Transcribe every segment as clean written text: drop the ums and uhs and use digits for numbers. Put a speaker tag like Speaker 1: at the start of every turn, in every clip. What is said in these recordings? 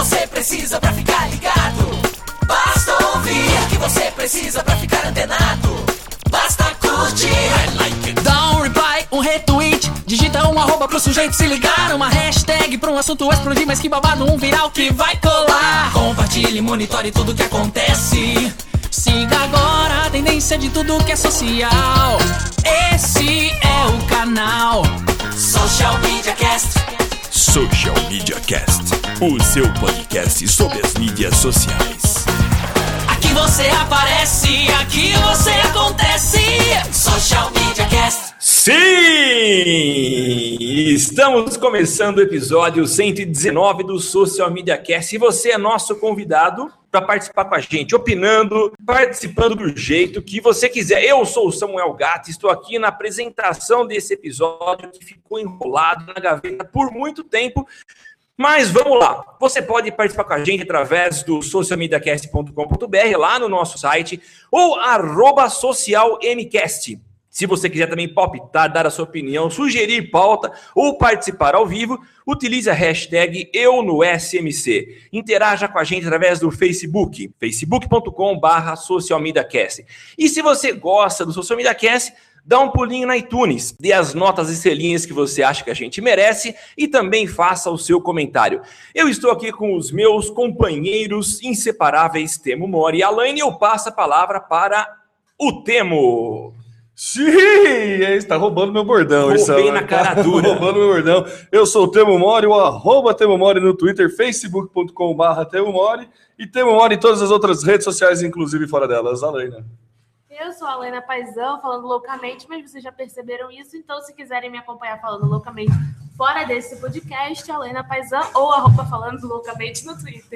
Speaker 1: você precisa pra ficar ligado. Basta ouvir o que você precisa pra ficar antenado. Basta curtir. I like it. Dá um reply, um retweet. Digita um arroba pro sujeito se ligar. Uma hashtag pra um assunto explodir. Mas que babado, um viral que vai colar. Compartilhe, monitore tudo que acontece. Siga agora a tendência de tudo que é social. Esse é o canal Social Media Cast.
Speaker 2: Social Media Cast, o seu podcast sobre as mídias sociais.
Speaker 1: Aqui você aparece, aqui você acontece. Social Media Cast.
Speaker 2: Sim! Estamos começando o episódio 119 do Social Media Cast e você é nosso convidado para participar com a gente, opinando, participando do jeito que você quiser. Eu sou o Samuel Gatti, estou aqui na apresentação desse episódio que ficou enrolado na gaveta por muito tempo. Mas vamos lá, você pode participar com a gente através do socialmediacast.com.br, lá no nosso site, ou @socialmcast. Se você quiser também palpitar, dar a sua opinião, sugerir pauta ou participar ao vivo, utilize a hashtag EuNoSMC. Interaja com a gente através do Facebook, facebook.com/socialmediacast. E se você gosta do Social Media Cast, dá um pulinho na iTunes, dê as notas e estrelinhas que você acha que a gente merece e também faça o seu comentário. Eu estou aqui com os meus companheiros inseparáveis, Temo Mori e Alaine, e eu passo a palavra para o Temo.
Speaker 3: Sim, está roubando meu bordão.
Speaker 2: Roubei na cara dura.
Speaker 3: Roubando meu bordão. Eu sou o Temo Mori, o @Temo Mori no Twitter, facebook.com/Temo Mori e Temo Mori em todas as outras redes sociais, inclusive fora delas. Alaina.
Speaker 4: Eu sou a Alaina Paizão, falando loucamente, mas vocês já perceberam isso, então se quiserem me acompanhar falando loucamente fora desse podcast, Alaina Paizão ou @falando loucamente no Twitter.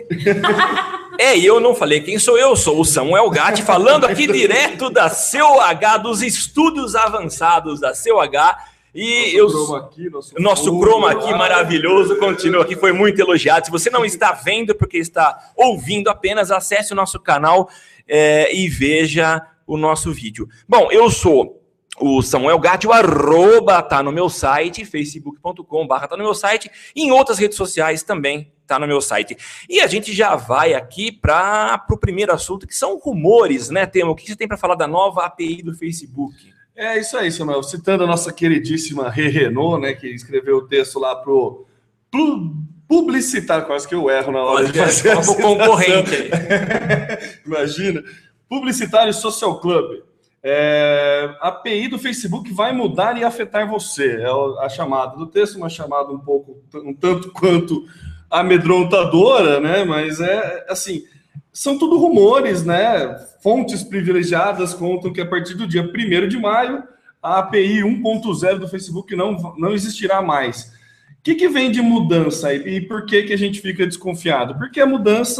Speaker 2: E eu não falei quem sou eu, sou o Samuel Gatti, falando aqui direto da CUH, dos estudos avançados da CUH. E nosso chroma key maravilhoso continua aqui, foi muito elogiado. Se você não está vendo porque está ouvindo apenas, acesse o nosso canal e veja o nosso vídeo. Bom, eu sou o Samuel Gatti, o @ tá no meu site, facebook.com/tá no meu site, e em outras redes sociais também tá no meu site. E a gente já vai aqui para o primeiro assunto, que são rumores, né, Temo? O que você tem para falar da nova API do Facebook?
Speaker 3: É isso aí, Samuel. Citando a nossa queridíssima Renault, né, que escreveu o texto lá pro publicitário, quase que eu erro na hora de fazer
Speaker 2: o concorrente aí.
Speaker 3: Imagina. Publicitário Social Club. A API do Facebook vai mudar e afetar você. É a chamada do texto, uma chamada um tanto quanto amedrontadora, né? Mas assim, são tudo rumores, né? Fontes privilegiadas contam que a partir do dia 1º de maio, a API 1.0 do Facebook não existirá mais. O que vem de mudança e por que a gente fica desconfiado? Porque a mudança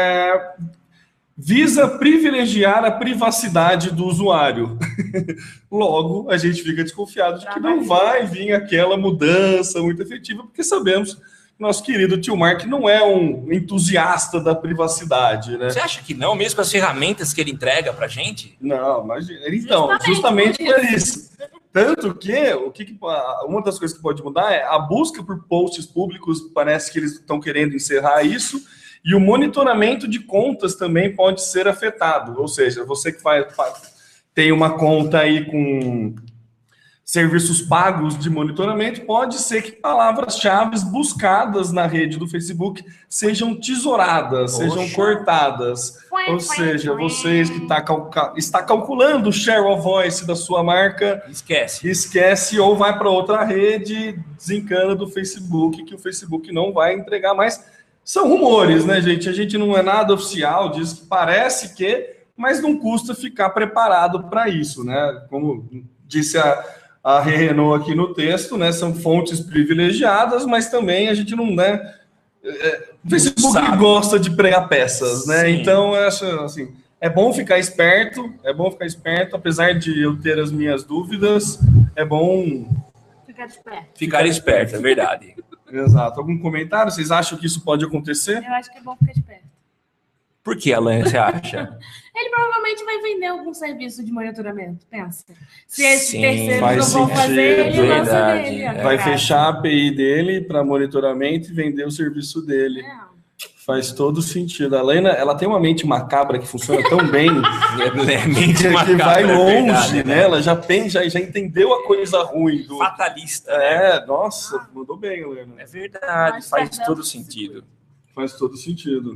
Speaker 3: visa privilegiar a privacidade do usuário. Logo, a gente fica desconfiado de que não vai vir aquela mudança muito efetiva, porque sabemos que nosso querido tio Mark não é um entusiasta da privacidade, né?
Speaker 2: Você acha que não, mesmo com as ferramentas que ele entrega pra gente?
Speaker 3: Não, mas então, justamente por isso. Tanto que uma das coisas que pode mudar é a busca por posts públicos, parece que eles estão querendo encerrar isso. E o monitoramento de contas também pode ser afetado. Ou seja, você que tem uma conta aí com serviços pagos de monitoramento, pode ser que palavras-chave buscadas na rede do Facebook sejam tesouradas, sejam cortadas. Ou seja, vocês que está calculando o share of voice da sua marca, esquece ou vai para outra rede, desencana do Facebook, que o Facebook não vai entregar mais. São rumores, né, gente? A gente não é nada oficial, diz que parece que, mas não custa ficar preparado para isso, né? Como disse a Renault aqui no texto, né? São fontes privilegiadas, mas também a gente não, né? O Facebook gosta de pregar peças, né? Sim. Então, eu acho assim, é bom ficar esperto, apesar de eu ter as minhas dúvidas, é bom
Speaker 2: ficar esperto, é verdade.
Speaker 3: Exato. Algum comentário? Vocês acham que isso pode acontecer?
Speaker 4: Eu acho que é bom ficar esperto.
Speaker 2: Por que, Alain, você acha?
Speaker 4: Ele provavelmente vai vender algum serviço de monitoramento, pensa. Se esses
Speaker 2: Sim,
Speaker 4: terceiros não vão fazer, ele lança dele.
Speaker 3: Vai fechar a API dele para monitoramento e vender o serviço dele. Faz todo sentido. A Helena, ela tem uma mente macabra que funciona tão bem mente macabra, que vai longe, verdade, né? Ela já entendeu a coisa ruim.
Speaker 2: Fatalista.
Speaker 3: Nossa, mandou bem, Helena.
Speaker 2: É verdade, faz todo sentido.
Speaker 3: Faz todo sentido.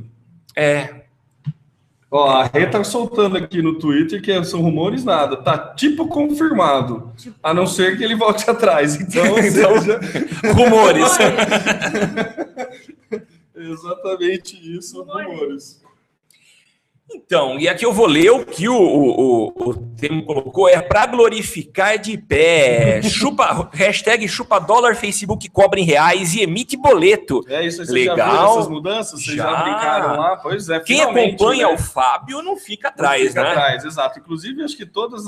Speaker 2: Ó,
Speaker 3: a Rê tá soltando aqui no Twitter que são rumores nada. Tá tipo confirmado. A não ser que ele volte atrás. Então seja...
Speaker 2: rumores.
Speaker 3: Exatamente isso, rumores.
Speaker 2: Então, e aqui eu vou ler o que o Temo colocou, para glorificar de pé. Hashtag chupa dólar, Facebook cobra em reais e emite boleto.
Speaker 3: Isso, você
Speaker 2: legal.
Speaker 3: Já viu essas mudanças? Vocês já brincaram lá? Pois é.
Speaker 2: Quem acompanha o Fábio não fica atrás,
Speaker 3: não fica
Speaker 2: né?
Speaker 3: Atrás, exato. Inclusive, acho que todas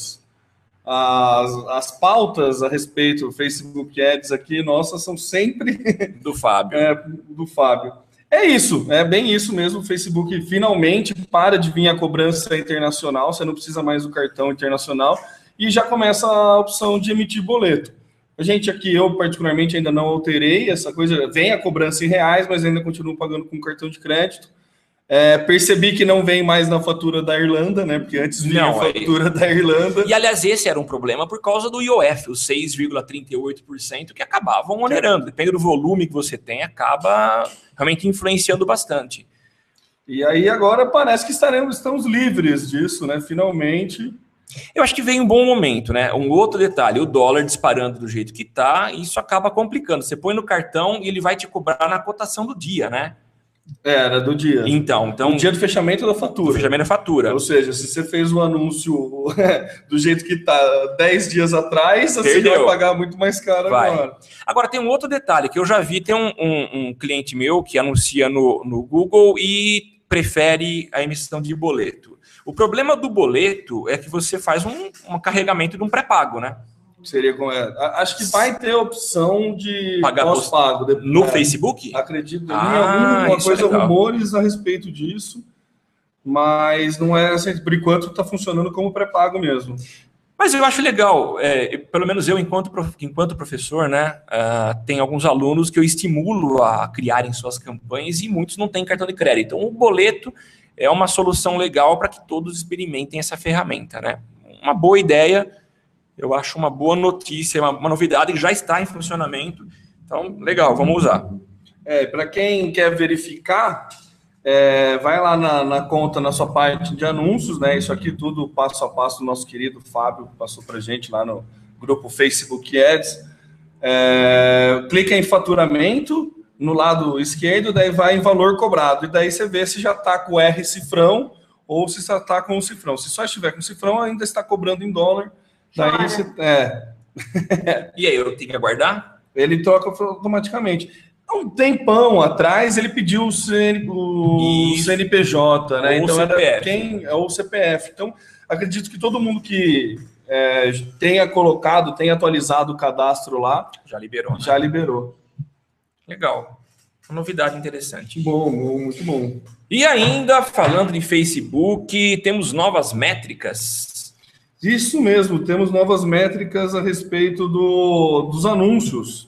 Speaker 3: as pautas a respeito do Facebook Ads aqui, nossas, são sempre
Speaker 2: do Fábio.
Speaker 3: Do Fábio. É isso, é bem isso mesmo. O Facebook finalmente para de vir a cobrança internacional, você não precisa mais do cartão internacional e já começa a opção de emitir boleto. A gente aqui, eu particularmente ainda não alterei essa coisa, vem a cobrança em reais, mas ainda continuo pagando com cartão de crédito. Percebi que não vem mais na fatura da Irlanda, né? Porque antes vinha a fatura da Irlanda.
Speaker 2: E, aliás, esse era um problema por causa do IOF, os 6,38% que acabavam onerando. Depende do volume que você tem, acaba realmente influenciando bastante.
Speaker 3: E aí agora parece que estamos livres disso, né? Finalmente.
Speaker 2: Eu acho que vem um bom momento, né? Um outro detalhe, o dólar disparando do jeito que está, isso acaba complicando. Você põe no cartão e ele vai te cobrar na cotação do dia, né?
Speaker 3: Era do dia.
Speaker 2: Então
Speaker 3: o dia do fechamento da fatura.
Speaker 2: Do fechamento da fatura.
Speaker 3: Ou seja, se você fez um anúncio do jeito que está 10 dias atrás, você vai pagar muito mais caro agora.
Speaker 2: Agora, tem um outro detalhe que eu já vi. Tem um cliente meu que anuncia no Google e prefere a emissão de boleto. O problema do boleto é que você faz um carregamento de um pré-pago, né?
Speaker 3: Seria como acho que vai ter opção de pós-pago.
Speaker 2: No Facebook?
Speaker 3: Acredito em alguma coisa, rumores a respeito disso, mas não é assim, por enquanto está funcionando como pré-pago mesmo.
Speaker 2: Mas eu acho legal, pelo menos eu, enquanto professor, né, tem alguns alunos que eu estimulo a criarem suas campanhas e muitos não têm cartão de crédito. Então, o boleto é uma solução legal para que todos experimentem essa ferramenta, né? Uma boa ideia. Eu acho uma boa notícia, uma novidade que já está em funcionamento. Então, legal, vamos usar.
Speaker 3: Para quem quer verificar, vai lá na conta, na sua parte de anúncios, né? Isso aqui tudo passo a passo do nosso querido Fábio, que passou para a gente lá no grupo Facebook Ads. Clica em faturamento, no lado esquerdo, daí vai em valor cobrado. E daí você vê se já está com o R cifrão ou se já está com o cifrão. Se só estiver com o cifrão, ainda está cobrando em dólar. Daí você,
Speaker 2: E aí, eu tenho que aguardar?
Speaker 3: Ele troca automaticamente. Há um tempão atrás, ele pediu o CNPJ, né? Então,
Speaker 2: CPF.
Speaker 3: Ou o CPF. Então, acredito que todo mundo que tenha atualizado o cadastro lá...
Speaker 2: Já liberou.
Speaker 3: Já liberou.
Speaker 2: Legal. Uma novidade interessante.
Speaker 3: Bom, muito bom.
Speaker 2: E ainda, falando em Facebook, temos novas métricas.
Speaker 3: Isso mesmo, temos novas métricas a respeito dos anúncios.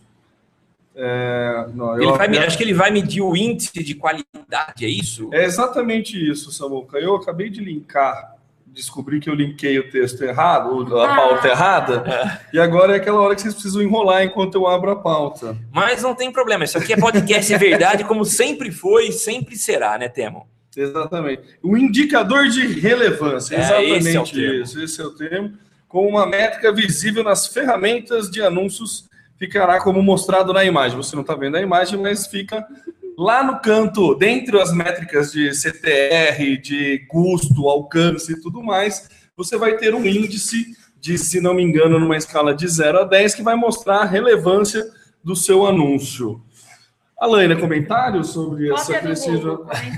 Speaker 2: Acho que ele vai medir o índice de qualidade, é isso?
Speaker 3: É exatamente isso, Samuca. Eu acabei de descobri que eu linkei o texto errado, a pauta errada, e agora é aquela hora que vocês precisam enrolar enquanto eu abro a pauta.
Speaker 2: Mas não tem problema, isso aqui é podcast verdade, como sempre foi e sempre será, né, Temo?
Speaker 3: Exatamente. O indicador de relevância, exatamente esse é o termo. Com uma métrica visível nas ferramentas de anúncios, ficará como mostrado na imagem. Você não está vendo a imagem, mas fica lá no canto, dentre as métricas de CTR, de custo, alcance e tudo mais, você vai ter um índice de, se não me engano, numa escala de 0 a 10, que vai mostrar a relevância do seu anúncio. Alaina, comentários sobre essa precisa...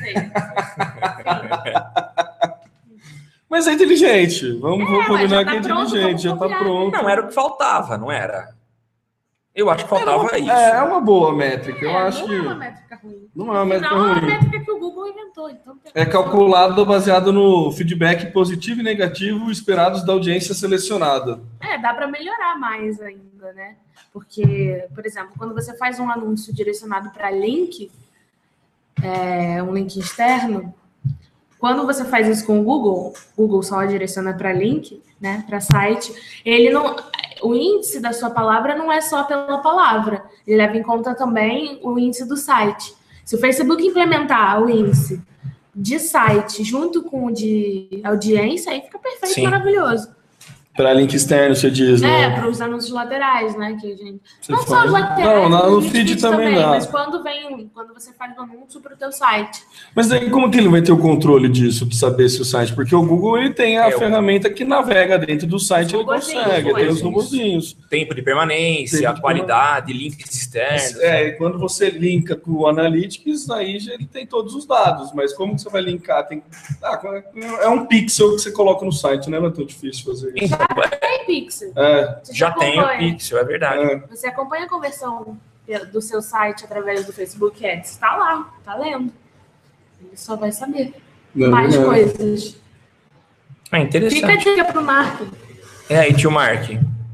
Speaker 3: Mas é inteligente. Vamos combinar que é inteligente, já está pronto.
Speaker 2: Não era o que faltava, não era? Eu acho que faltava isso.
Speaker 3: É uma boa métrica. Eu acho que...
Speaker 4: Não é uma métrica ruim.
Speaker 3: Não é uma métrica ruim.
Speaker 4: É uma métrica que o Google inventou. Então
Speaker 3: é calculado baseado no feedback positivo e negativo esperados da audiência selecionada.
Speaker 4: Dá para melhorar mais ainda, né? Porque, por exemplo, quando você faz um anúncio direcionado para link, um link externo, quando você faz isso com o Google só direciona para link, né, para site, o índice da sua palavra não é só pela palavra, ele leva em conta também o índice do site. Se o Facebook implementar o índice de site junto com o de audiência, aí fica perfeito, sim, maravilhoso.
Speaker 3: Para link externo, você diz, né?
Speaker 4: Para os anúncios laterais, né? Que a gente... Não só os laterais,
Speaker 3: no feed também dá.
Speaker 4: Mas quando você faz o anúncio para o teu site.
Speaker 3: Mas aí como que ele vai ter o controle disso, de saber se o site... Porque o Google, ele tem a ferramenta que navega dentro do site, ele consegue, tem os robozinhos.
Speaker 2: Tempo de permanência, a qualidade, links externos.
Speaker 3: E quando você linka com o Analytics, aí já ele tem todos os dados, mas como que você vai linkar? É um pixel que você coloca no site, né? Não é tão difícil fazer isso.
Speaker 4: Tem pixel.
Speaker 2: Já tem o pixel, é verdade.
Speaker 4: Você acompanha a conversão do seu site através do Facebook Ads. Está lá, tá lendo. Ele só vai saber mais coisas.
Speaker 2: Interessante.
Speaker 4: Fica a dica pro Mark.
Speaker 2: Aí, tio Mark.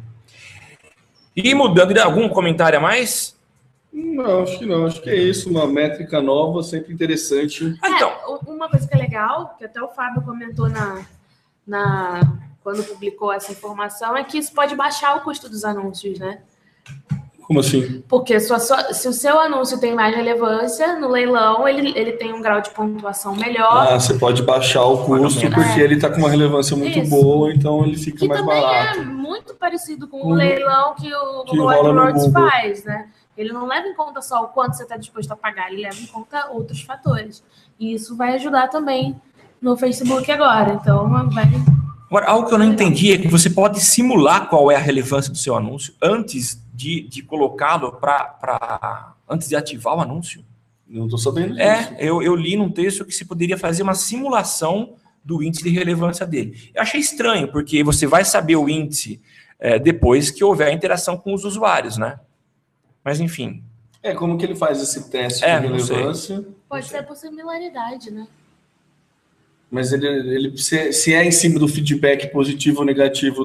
Speaker 2: E mudando, algum comentário a mais?
Speaker 3: Não, acho que não. Acho que é isso. Uma métrica nova, sempre interessante.
Speaker 4: Então, uma coisa que é legal, que até o Fábio comentou quando publicou essa informação, é que isso pode baixar o custo dos anúncios, né?
Speaker 3: Como assim?
Speaker 4: Porque se o seu anúncio tem mais relevância, no leilão ele tem um grau de pontuação melhor.
Speaker 3: Você pode baixar o custo porque ele está com uma relevância muito boa, então ele fica mais barato.
Speaker 4: Que também é muito parecido com o leilão que o Google AdWords faz, né? Ele não leva em conta só o quanto você está disposto a pagar, ele leva em conta outros fatores. E isso vai ajudar também no Facebook agora. Então,
Speaker 2: Agora, algo que eu não entendi é que você pode simular qual é a relevância do seu anúncio antes de colocá-lo antes de ativar o anúncio.
Speaker 3: Não estou sabendo disso.
Speaker 2: Eu li num texto que se poderia fazer uma simulação do índice de relevância dele. Eu achei estranho, porque você vai saber o índice depois que houver a interação com os usuários, né? Mas, enfim.
Speaker 3: Como que ele faz esse teste de relevância?
Speaker 4: Pode ser por similaridade, né?
Speaker 3: Mas ele se é em cima do feedback positivo ou negativo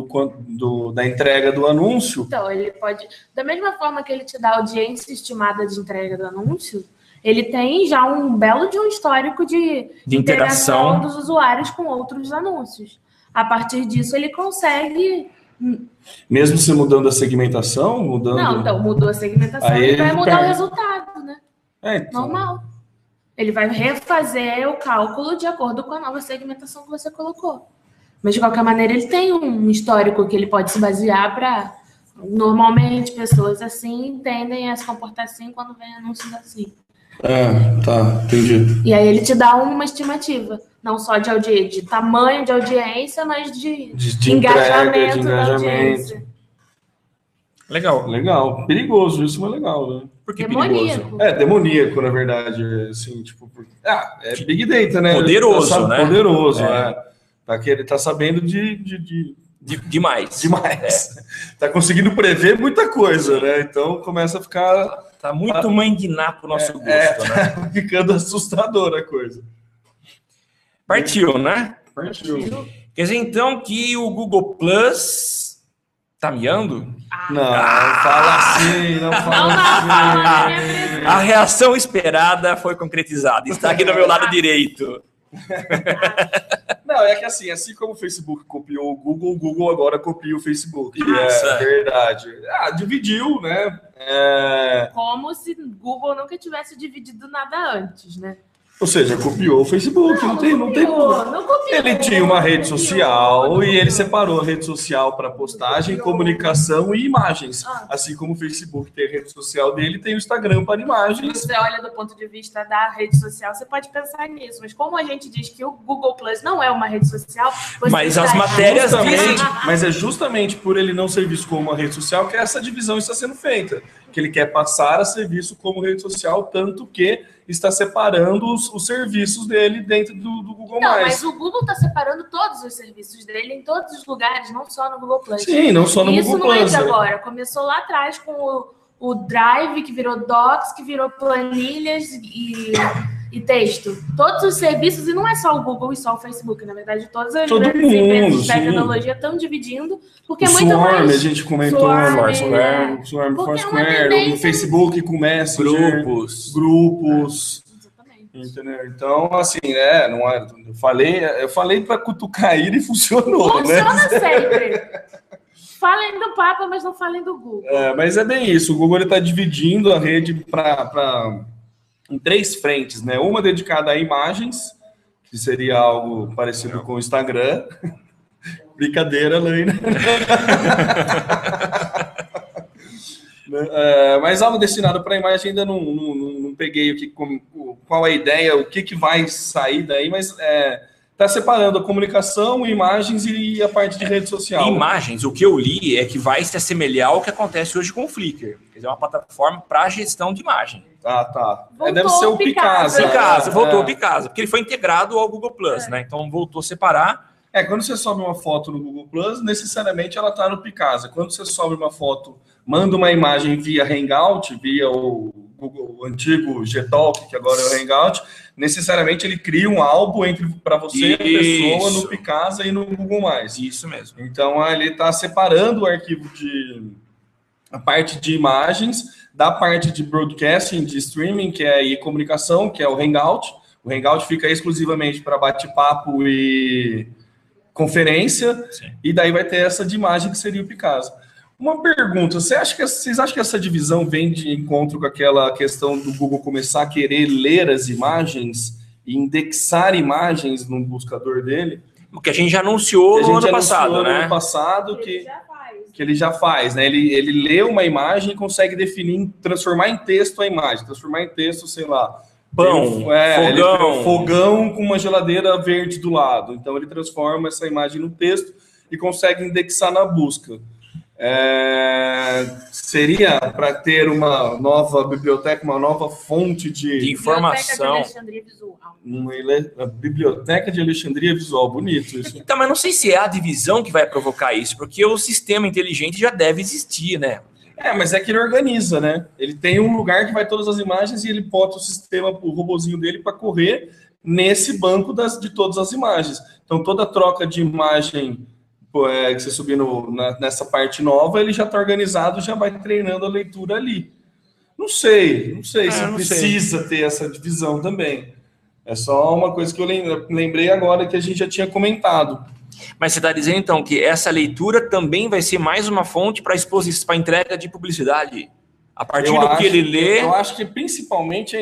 Speaker 3: da entrega do anúncio...
Speaker 4: Então, ele pode... Da mesma forma que ele te dá audiência estimada de entrega do anúncio, ele tem já um belo de um histórico de interação dos usuários com outros anúncios. A partir disso, ele consegue...
Speaker 3: Mesmo se mudando a segmentação?
Speaker 4: Não, então, mudou a segmentação, ele vai mudar o resultado, né?
Speaker 3: Então...
Speaker 4: Normal. Ele vai refazer o cálculo de acordo com a nova segmentação que você colocou. Mas, de qualquer maneira, ele tem um histórico que ele pode se basear para... Normalmente, pessoas assim tendem a se comportar assim quando vem anúncios assim.
Speaker 3: Tá, entendi.
Speaker 4: E aí ele te dá uma estimativa. Não só de tamanho de audiência, mas de engajamento da audiência.
Speaker 3: Legal. Perigoso isso, mas legal, né?
Speaker 2: Por que perigoso?
Speaker 3: Demoníaco, na verdade. Assim, tipo, é Big Data, né?
Speaker 2: Poderoso, né?
Speaker 3: Poderoso, Ele tá sabendo
Speaker 2: demais.
Speaker 3: Tá conseguindo prever muita coisa, né? Então começa a ficar...
Speaker 2: Tá muito mãe de ná pro nosso gosto, né?
Speaker 3: Tá ficando assustadora a coisa.
Speaker 2: Partiu, né?
Speaker 3: Partiu.
Speaker 2: Quer dizer, então, que o Google Plus... Tá miando?
Speaker 3: Não fala assim, não fala assim.
Speaker 2: A reação esperada foi concretizada. Está aqui do meu lado direito.
Speaker 3: Não, é que assim como o Facebook copiou o Google agora copia o Facebook. É verdade. Dividiu, né?
Speaker 4: Como se o Google nunca tivesse dividido nada antes, né?
Speaker 3: Ou seja, copiou o Facebook, não copiou. Ele tinha uma rede social e ele separou a rede social para postagem, comunicação e imagens. Assim como o Facebook tem a rede social dele, tem o Instagram para imagens.
Speaker 4: Se você olha do ponto de vista da rede social, você pode pensar nisso. Mas como a gente diz que o Google Plus não é uma rede social...
Speaker 2: Mas as matérias dizem...
Speaker 3: Mas é justamente por ele não ser visto como uma rede social que essa divisão está sendo feita. Que ele quer passar a ser visto como rede social, tanto que está separando os serviços dele dentro do Google+.
Speaker 4: Não, mas o Google está separando todos os serviços dele em todos os lugares, não só no Google Plus.
Speaker 3: Sim, não só no Google Plus.
Speaker 4: Isso não é de agora. Começou lá atrás com o Drive, que virou Docs, que virou planilhas e texto. Todos os serviços, e não é só o Google e só o Facebook, na verdade, todas as grandes empresas de tecnologia estão dividindo, porque é muito
Speaker 3: Swarm,
Speaker 4: mais...
Speaker 3: a gente comentou, Swarm, Foursquare, o Facebook com Messenger, grupos. Entendeu? Então, assim, não é, eu falei para cutucar ele e funcionou,
Speaker 4: Funciona
Speaker 3: né?
Speaker 4: sempre. Falem do Papa, mas não falem do Google.
Speaker 3: Mas é bem isso. O Google está dividindo a rede em 3 frentes, né? Uma dedicada a imagens, que seria algo parecido com o Instagram. Brincadeira, Laina. Mas algo destinado para imagem ainda não peguei qual a ideia, o que vai sair daí, mas está separando a comunicação, imagens e a parte de rede social.
Speaker 2: Imagens, o que eu li é que vai se assemelhar ao que acontece hoje com o Flickr. Quer dizer, é uma plataforma para gestão de imagem.
Speaker 3: Tá. Deve ser o Picasa.
Speaker 2: Voltou o Picasa, porque ele foi integrado ao Google Plus, né? Então voltou a separar.
Speaker 3: Quando você sobe uma foto no Google Plus, necessariamente ela está no Picasa. Quando você sobe uma foto, manda uma imagem via Hangout, via o Google, o antigo Gtalk, que agora é o Hangout, necessariamente ele cria um álbum para você e a pessoa no Picasa e no Google+.
Speaker 2: Isso mesmo.
Speaker 3: Então, ele está separando o arquivo a parte de imagens da parte de broadcasting, de streaming, que é e comunicação, que é o Hangout. O Hangout fica exclusivamente para bate-papo e conferência, sim. E daí vai ter essa de imagem que seria o Picasa. Uma pergunta, vocês acham que essa divisão vem de encontro com aquela questão do Google começar a querer ler as imagens e indexar imagens no buscador dele?
Speaker 2: O que a gente já anunciou no ano passado, né?
Speaker 3: No ano passado que ele já faz, né? Ele lê uma imagem e consegue definir, transformar em texto a imagem, transformar em texto, sei lá, fogão com uma geladeira verde do lado. Então ele transforma essa imagem no texto e consegue indexar na busca. Seria para ter uma nova biblioteca, uma nova fonte de
Speaker 2: informação.
Speaker 4: Biblioteca de Alexandria Visual.
Speaker 3: Uma biblioteca de Alexandria Visual, bonito isso.
Speaker 2: Então, mas não sei se é a divisão que vai provocar isso, porque o sistema inteligente já deve existir, né?
Speaker 3: Mas é que ele organiza, né? Ele tem um lugar que vai todas as imagens e ele bota o sistema, o robozinho dele para correr nesse banco de todas as imagens. Então, toda troca de imagem que você subir nessa parte nova, ele já está organizado, já vai treinando a leitura ali. Não sei se precisa ter essa divisão também. É só uma coisa que eu lembrei agora que a gente já tinha comentado.
Speaker 2: Mas você está dizendo, então, que essa leitura também vai ser mais uma fonte para exposição, para entrega de publicidade? A partir do que ele lê...
Speaker 3: Eu acho que, principalmente,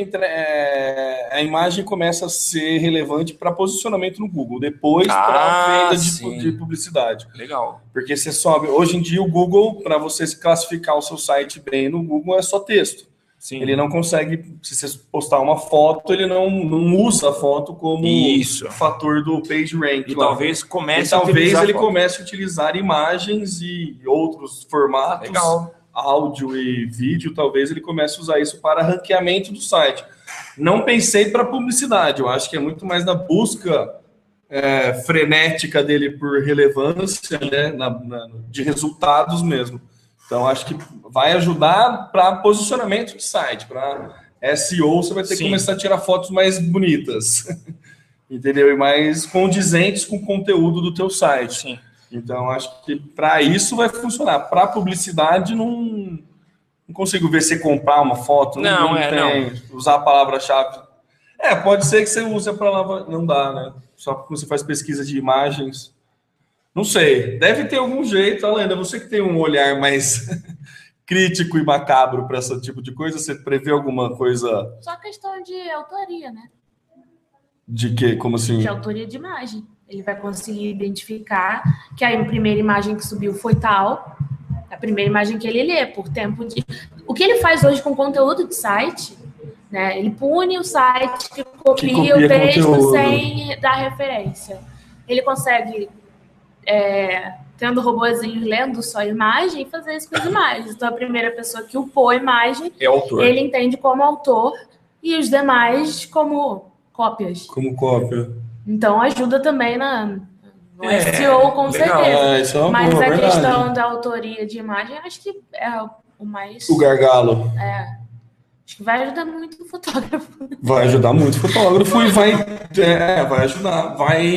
Speaker 3: a imagem começa a ser relevante para posicionamento no Google, depois para venda de publicidade.
Speaker 2: Legal.
Speaker 3: Porque você sobe... Hoje em dia, o Google, para você classificar o seu site bem no Google, é só texto. Sim. Ele não consegue... Se você postar uma foto, ele não usa a foto como fator do PageRank.
Speaker 2: E talvez comece
Speaker 3: ele comece a utilizar imagens e outros formatos...
Speaker 2: Legal.
Speaker 3: Áudio e vídeo, talvez ele comece a usar isso para ranqueamento do site. Não pensei para publicidade, eu acho que é muito mais na busca frenética dele por relevância, né, de resultados mesmo. Então, acho que vai ajudar para posicionamento de site, para SEO, você vai ter que começar a tirar fotos mais bonitas, entendeu? E mais condizentes com o conteúdo do teu site.
Speaker 2: Sim.
Speaker 3: Então, acho que para isso vai funcionar. Para publicidade, não consigo ver você comprar uma foto. Não. Usar a palavra-chave. Pode ser que você use a palavra... Não dá, né? Só porque você faz pesquisa de imagens. Não sei. Deve ter algum jeito, Alenda. Você que tem um olhar mais crítico e macabro para esse tipo de coisa, você prevê alguma coisa...
Speaker 4: Só questão de autoria, né?
Speaker 3: De quê? Como assim?
Speaker 4: De autoria de imagem. Ele vai conseguir identificar que a primeira imagem que subiu foi tal, a primeira imagem que ele lê, por tempo de... O que ele faz hoje com conteúdo de site, né? Ele pune o site que copia o texto conteúdo sem dar referência. Ele consegue, tendo robozinho lendo só imagem, fazer isso com as imagens. Então, a primeira pessoa que upou a imagem, ele entende como autor e os demais como cópias.
Speaker 3: Como cópia.
Speaker 4: Então, ajuda também no SEO, com certeza. Mas a questão da autoria de imagem, acho que é o mais...
Speaker 3: O gargalo.
Speaker 4: Acho que vai ajudar muito o fotógrafo.
Speaker 3: Vai ajudar muito o fotógrafo e vai ajudar,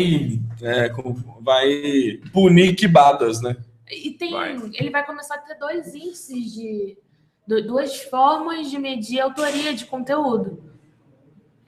Speaker 3: vai punir quibadas, né?
Speaker 4: E ele vai começar a ter 2 índices 2 formas de medir a autoria de conteúdo.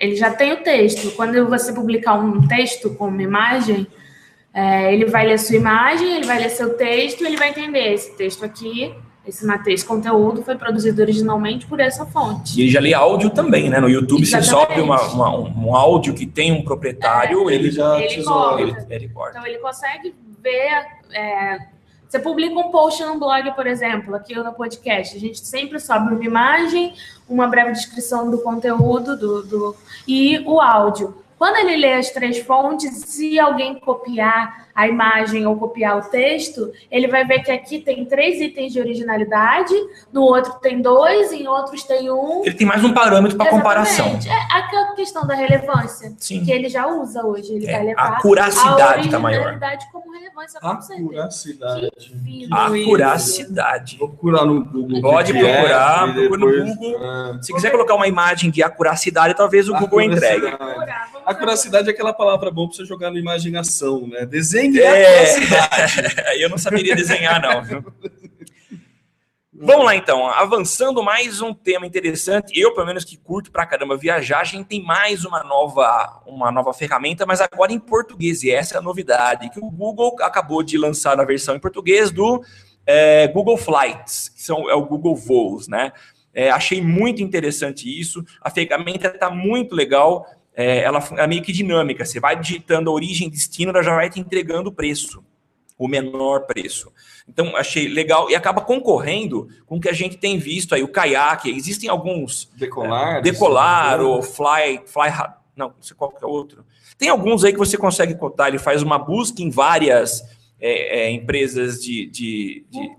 Speaker 4: ele já tem o texto. Quando você publicar um texto com uma imagem, ele vai ler sua imagem, ele vai ler seu texto, ele vai entender esse texto aqui, esse conteúdo foi produzido originalmente por essa fonte.
Speaker 2: E ele já lê áudio também, né? No YouTube, exatamente. Você sobe um áudio que tem um proprietário, ele corta.
Speaker 4: Então, ele consegue ver... você publica um post no blog, por exemplo, aqui no podcast. A gente sempre sobe uma imagem, uma breve descrição do conteúdo e o áudio. Quando ele lê as 3 fontes, se alguém copiar a imagem ou copiar o texto, ele vai ver que aqui tem 3 itens de originalidade, no outro tem 2, em outros tem 1.
Speaker 2: Ele tem mais um parâmetro para comparação.
Speaker 4: A questão da relevância,
Speaker 2: sim,
Speaker 4: que ele já usa hoje. Ele vai levar
Speaker 2: a curacidade está maior.
Speaker 4: Como relevância,
Speaker 3: a curacidade.
Speaker 2: A curacidade.
Speaker 3: Vou procurar no Google.
Speaker 2: Pode procurar, procura no Google. Se quiser colocar uma imagem de acuracidade, talvez o Google entregue.
Speaker 3: A curacidade é aquela palavra boa para você jogar na imaginação, né? Desenhe a curacidade.
Speaker 2: Eu não saberia desenhar, não. Vamos lá, então. Avançando, mais um tema interessante. Eu, pelo menos, que curto pra caramba viajar, a gente tem mais uma nova ferramenta, mas agora em português. E essa é a novidade, que o Google acabou de lançar na versão em português do Google Flights, que é o Google Voos, né? Achei muito interessante isso. A ferramenta está muito legal. Ela é meio que dinâmica. Você vai digitando a origem e destino, ela já vai te entregando o preço, o menor preço. Então, achei legal e acaba concorrendo com o que a gente tem visto aí, o Kayak. Existem alguns... Decolar ou não sei qual que é o outro. Tem alguns aí que você consegue cotar, ele faz uma busca em várias empresas de...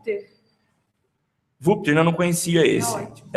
Speaker 2: Vupter, eu não conhecia esse.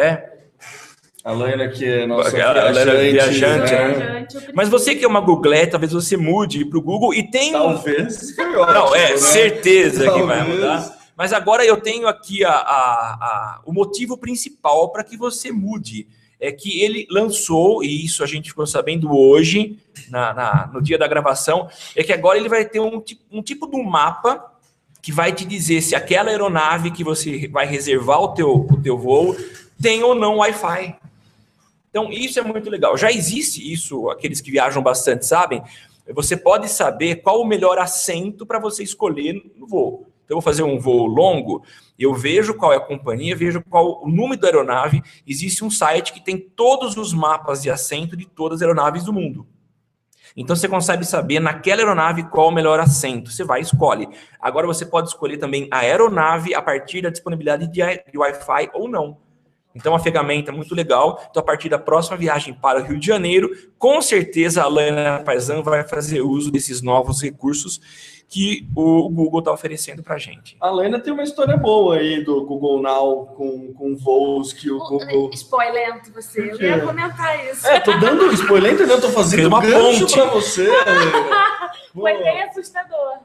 Speaker 3: A Laina, que é nossa
Speaker 2: viajante, né? Mas você que é uma Googlete, talvez você mude para o Google e tem...
Speaker 3: Talvez.
Speaker 2: Não, certeza que vai mudar. Mas agora eu tenho aqui o motivo principal para que você mude. É que ele lançou, e isso a gente ficou sabendo hoje, no dia da gravação, é que agora ele vai ter um tipo de um mapa que vai te dizer se aquela aeronave que você vai reservar o teu voo tem ou não Wi-Fi. Então, isso é muito legal. Já existe isso, aqueles que viajam bastante sabem. Você pode saber qual o melhor assento para você escolher no voo. Então, eu vou fazer um voo longo, eu vejo qual é a companhia, vejo qual o número da aeronave. Existe um site que tem todos os mapas de assento de todas as aeronaves do mundo. Então, você consegue saber naquela aeronave qual o melhor assento. Você vai e escolhe. Agora, você pode escolher também a aeronave a partir da disponibilidade de Wi-Fi ou não. Então, a ferramenta é muito legal. Então, a partir da próxima viagem para o Rio de Janeiro, com certeza a Laina Paisan vai fazer uso desses novos recursos que o Google está oferecendo para a gente.
Speaker 3: A Laina tem uma história boa aí do Google Now com voos que o Google...
Speaker 4: Spoilento você. Eu ia comentar isso.
Speaker 3: Tô dando spoilento, não. Tô fazendo
Speaker 2: uma
Speaker 3: gancho
Speaker 2: ponte
Speaker 3: para você.
Speaker 4: Foi bem assustador.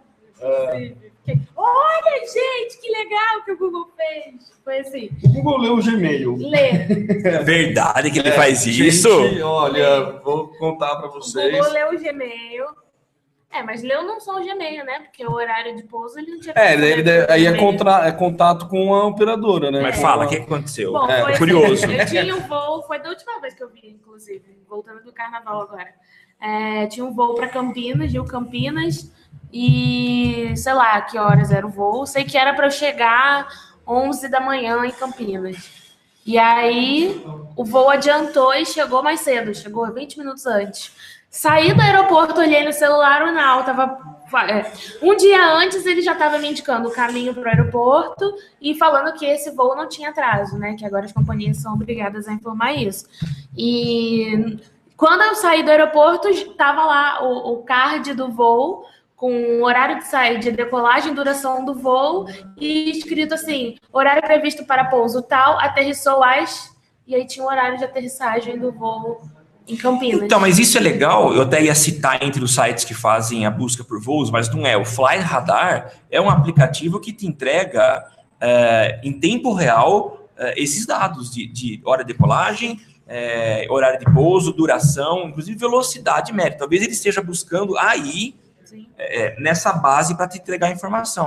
Speaker 4: Olha, gente, que legal que o Google fez. Foi assim.
Speaker 3: O Google lê o Gmail.
Speaker 2: Verdade que ele faz isso?
Speaker 3: Gente, olha, vou contar para vocês.
Speaker 4: O Google lê o Gmail. Mas leu não só o Gmail, né? Porque o horário de pouso ele não tinha...
Speaker 3: aí é contato com a operadora, né?
Speaker 2: Mas fala, o que aconteceu?
Speaker 4: Bom, foi
Speaker 2: curioso.
Speaker 4: Eu tinha um voo, foi da última vez que eu vi, inclusive, voltando do carnaval agora. Tinha um voo para Campinas, Rio Campinas, e sei lá que horas era o voo. Sei que era para eu chegar 11 da manhã em Campinas. E aí o voo adiantou e chegou mais cedo, chegou 20 minutos antes. Saí do aeroporto, olhei no celular, o Now tava... Um dia antes ele já estava me indicando o caminho para o aeroporto e falando que esse voo não tinha atraso, né? Que agora as companhias são obrigadas a informar isso. E quando eu saí do aeroporto, estava lá o card do voo com horário de saída, de decolagem, duração do voo e escrito assim, horário previsto para pouso tal, aterrissou às... E aí tinha o horário de aterrissagem do voo em Campinas.
Speaker 2: Então, mas isso é legal, eu até ia citar entre os sites que fazem a busca por voos, mas não é. O Fly Radar é um aplicativo que te entrega em tempo real esses dados de hora de decolagem, horário de pouso, duração, inclusive velocidade e média. Talvez ele esteja buscando aí nessa base para te entregar a informação.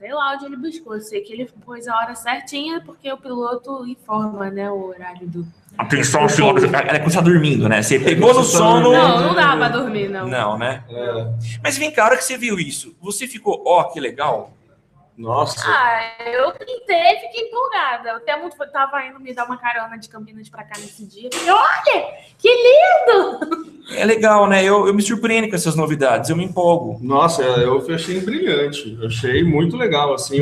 Speaker 4: Sei lá onde ele buscou. Eu sei que ele pôs a hora certinha, porque o piloto informa, né, o horário do...
Speaker 2: Atenção, senhora. Ela está dormindo, né? Você pegou no sono...
Speaker 4: Não dá pra dormir, não.
Speaker 2: Não, né? Mas vem cá, a hora que você viu isso, você ficou, que legal.
Speaker 3: Nossa.
Speaker 4: Eu pintei, fiquei empolgada. Eu até tava indo me dar uma carona de Campinas pra cá nesse dia. Falei, olha, que lindo!
Speaker 2: É legal, né? Eu me surpreendo com essas novidades, eu me empolgo.
Speaker 3: Nossa, eu achei brilhante. Eu achei muito legal, assim,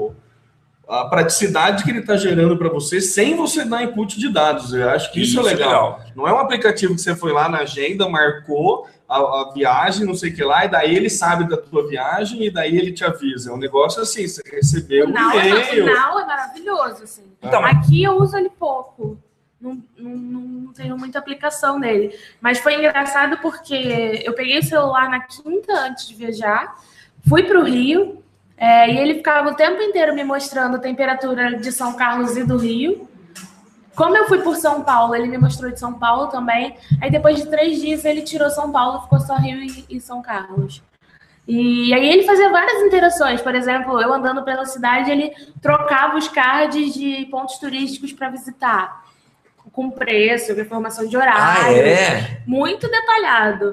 Speaker 3: a praticidade que ele está gerando para você sem você dar input de dados. Eu acho que isso é legal. Não é um aplicativo que você foi lá na agenda, marcou a viagem, não sei o que lá, e daí ele sabe da tua viagem e daí ele te avisa. É um negócio assim, você recebeu um e-mail.
Speaker 4: O Now é maravilhoso, assim. Então, aqui eu uso ele pouco. Não tenho muita aplicação nele. Mas foi engraçado porque eu peguei o celular na quinta antes de viajar, fui para o Rio, e ele ficava o tempo inteiro me mostrando a temperatura de São Carlos e do Rio. Como eu fui por São Paulo, ele me mostrou de São Paulo também. Aí depois de 3 dias ele tirou São Paulo, ficou só Rio e São Carlos. E aí ele fazia várias interações. Por exemplo, eu andando pela cidade, ele trocava os cards de pontos turísticos para visitar, com preço, com informação de horário. Muito detalhado.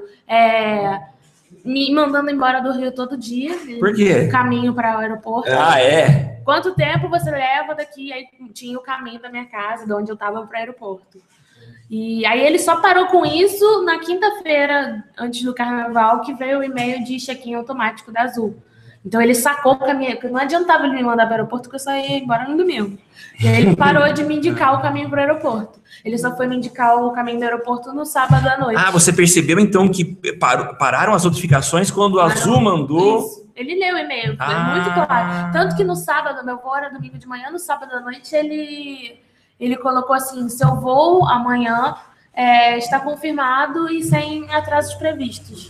Speaker 4: Me mandando embora do Rio todo dia.
Speaker 2: Por quê?
Speaker 4: Caminho para o aeroporto. Quanto tempo você leva daqui? Aí tinha o caminho da minha casa, de onde eu estava, para o aeroporto. E aí ele só parou com isso na quinta-feira, antes do carnaval, que veio o e-mail de check-in automático da Azul. Então ele sacou o caminho, porque não adiantava ele me mandar para o aeroporto, porque eu só ia embora no domingo. E aí ele parou de me indicar o caminho para o aeroporto. Ele só foi me indicar o caminho do aeroporto no sábado à noite.
Speaker 2: Você percebeu então que pararam as notificações quando a Azul mandou?
Speaker 4: Isso. Ele leu o e-mail, foi muito claro. Tanto que no sábado, meu voo era domingo de manhã, no sábado à noite ele colocou assim: seu voo amanhã está confirmado e sem atrasos previstos.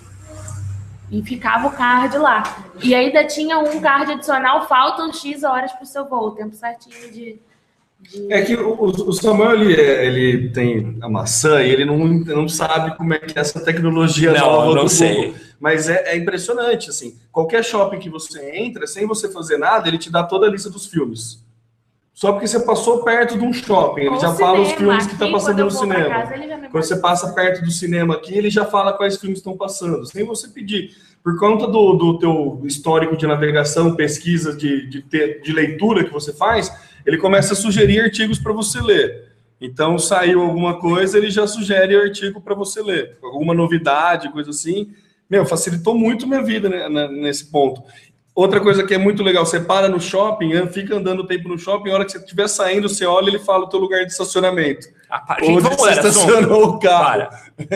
Speaker 4: E ficava o card lá. E ainda tinha um card adicional: faltam X horas para o seu voo, tempo certinho de...
Speaker 3: É que o Samuel, ele tem a maçã e ele não sabe como é que é essa tecnologia nova do Google. Mas é impressionante, assim. Qualquer shopping que você entra, sem você fazer nada, ele te dá toda a lista dos filmes. Só porque você passou perto de um shopping, ele já fala os filmes que estão passando no cinema. Quando você passa perto do cinema aqui, ele já fala quais filmes estão passando, sem você pedir. Por conta do teu histórico de navegação, pesquisa de leitura que você faz, ele começa a sugerir artigos para você ler. Então, saiu alguma coisa, ele já sugere artigo para você ler. Alguma novidade, coisa assim. Facilitou muito minha vida, né, nesse ponto. Outra coisa que é muito legal, você para no shopping, fica andando tempo no shopping, a hora que você estiver saindo, você olha e ele fala o teu lugar de estacionamento. Onde você estacionou o carro.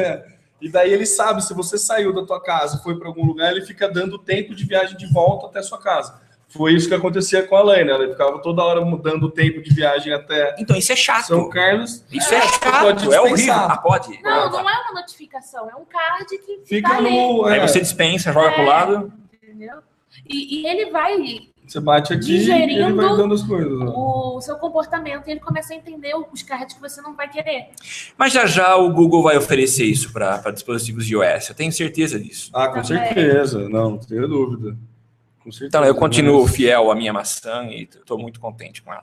Speaker 3: E daí ele sabe, se você saiu da tua casa e foi para algum lugar, ele fica dando tempo de viagem de volta até a sua casa. Foi isso que acontecia com a Laine, ela ficava toda hora mudando o tempo de viagem até...
Speaker 2: Então isso é chato.
Speaker 3: São Carlos.
Speaker 2: Isso é chato, é horrível.
Speaker 4: Pode? Não é uma notificação, é um card que
Speaker 3: fica no...
Speaker 2: Aí você dispensa, joga pro lado.
Speaker 4: Entendeu? E ele vai...
Speaker 3: Você bate aqui e ele vai dando as coisas.
Speaker 4: O seu comportamento, e ele começa a entender os cards que você não vai querer.
Speaker 2: Mas já o Google vai oferecer isso para dispositivos de iOS. Eu tenho certeza disso.
Speaker 3: Com certeza. Não tenho dúvida. Com certeza.
Speaker 2: Então, eu continuo fiel à minha maçã e estou muito contente com ela.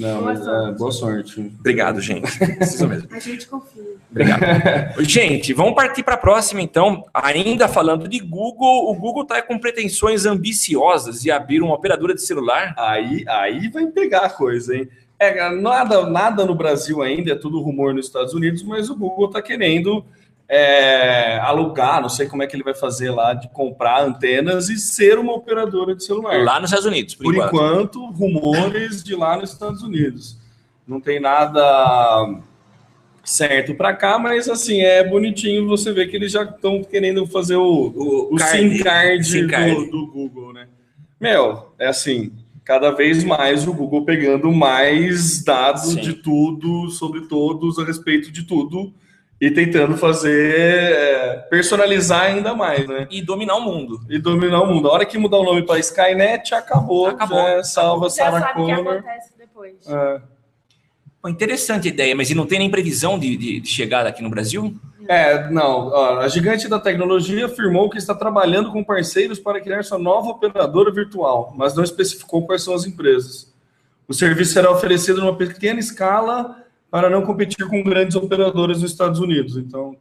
Speaker 3: Boa sorte.
Speaker 2: Obrigado, gente. Preciso mesmo.
Speaker 4: A gente confia.
Speaker 2: Obrigado. Gente, vamos partir para a próxima, então. Ainda falando de Google, o Google está com pretensões ambiciosas de abrir uma operadora de celular.
Speaker 3: Aí vai pegar a coisa, hein? Nada no Brasil ainda, é tudo rumor nos Estados Unidos, mas o Google está querendo alugar, não sei como é que ele vai fazer lá, de comprar antenas e ser uma operadora de celular.
Speaker 2: Lá nos Estados Unidos,
Speaker 3: por enquanto, rumores de lá nos Estados Unidos. Não tem nada certo para cá, mas assim, é bonitinho você ver que eles já estão querendo fazer o SIM card do Google, né? É assim, cada vez mais o Google pegando mais dados de tudo, sobre todos, a respeito de tudo, e tentando fazer, personalizar ainda mais, né?
Speaker 2: E dominar o mundo.
Speaker 3: A hora que mudar o nome para Skynet, acabou. Já salva Sarah Connor.
Speaker 4: Já sabe o que acontece depois.
Speaker 2: Interessante a ideia, mas e não tem nem previsão de chegada aqui no Brasil?
Speaker 3: A gigante da tecnologia afirmou que está trabalhando com parceiros para criar sua nova operadora virtual, mas não especificou quais são as empresas. O serviço será oferecido numa pequena escala para não competir com grandes operadoras nos Estados Unidos. Então,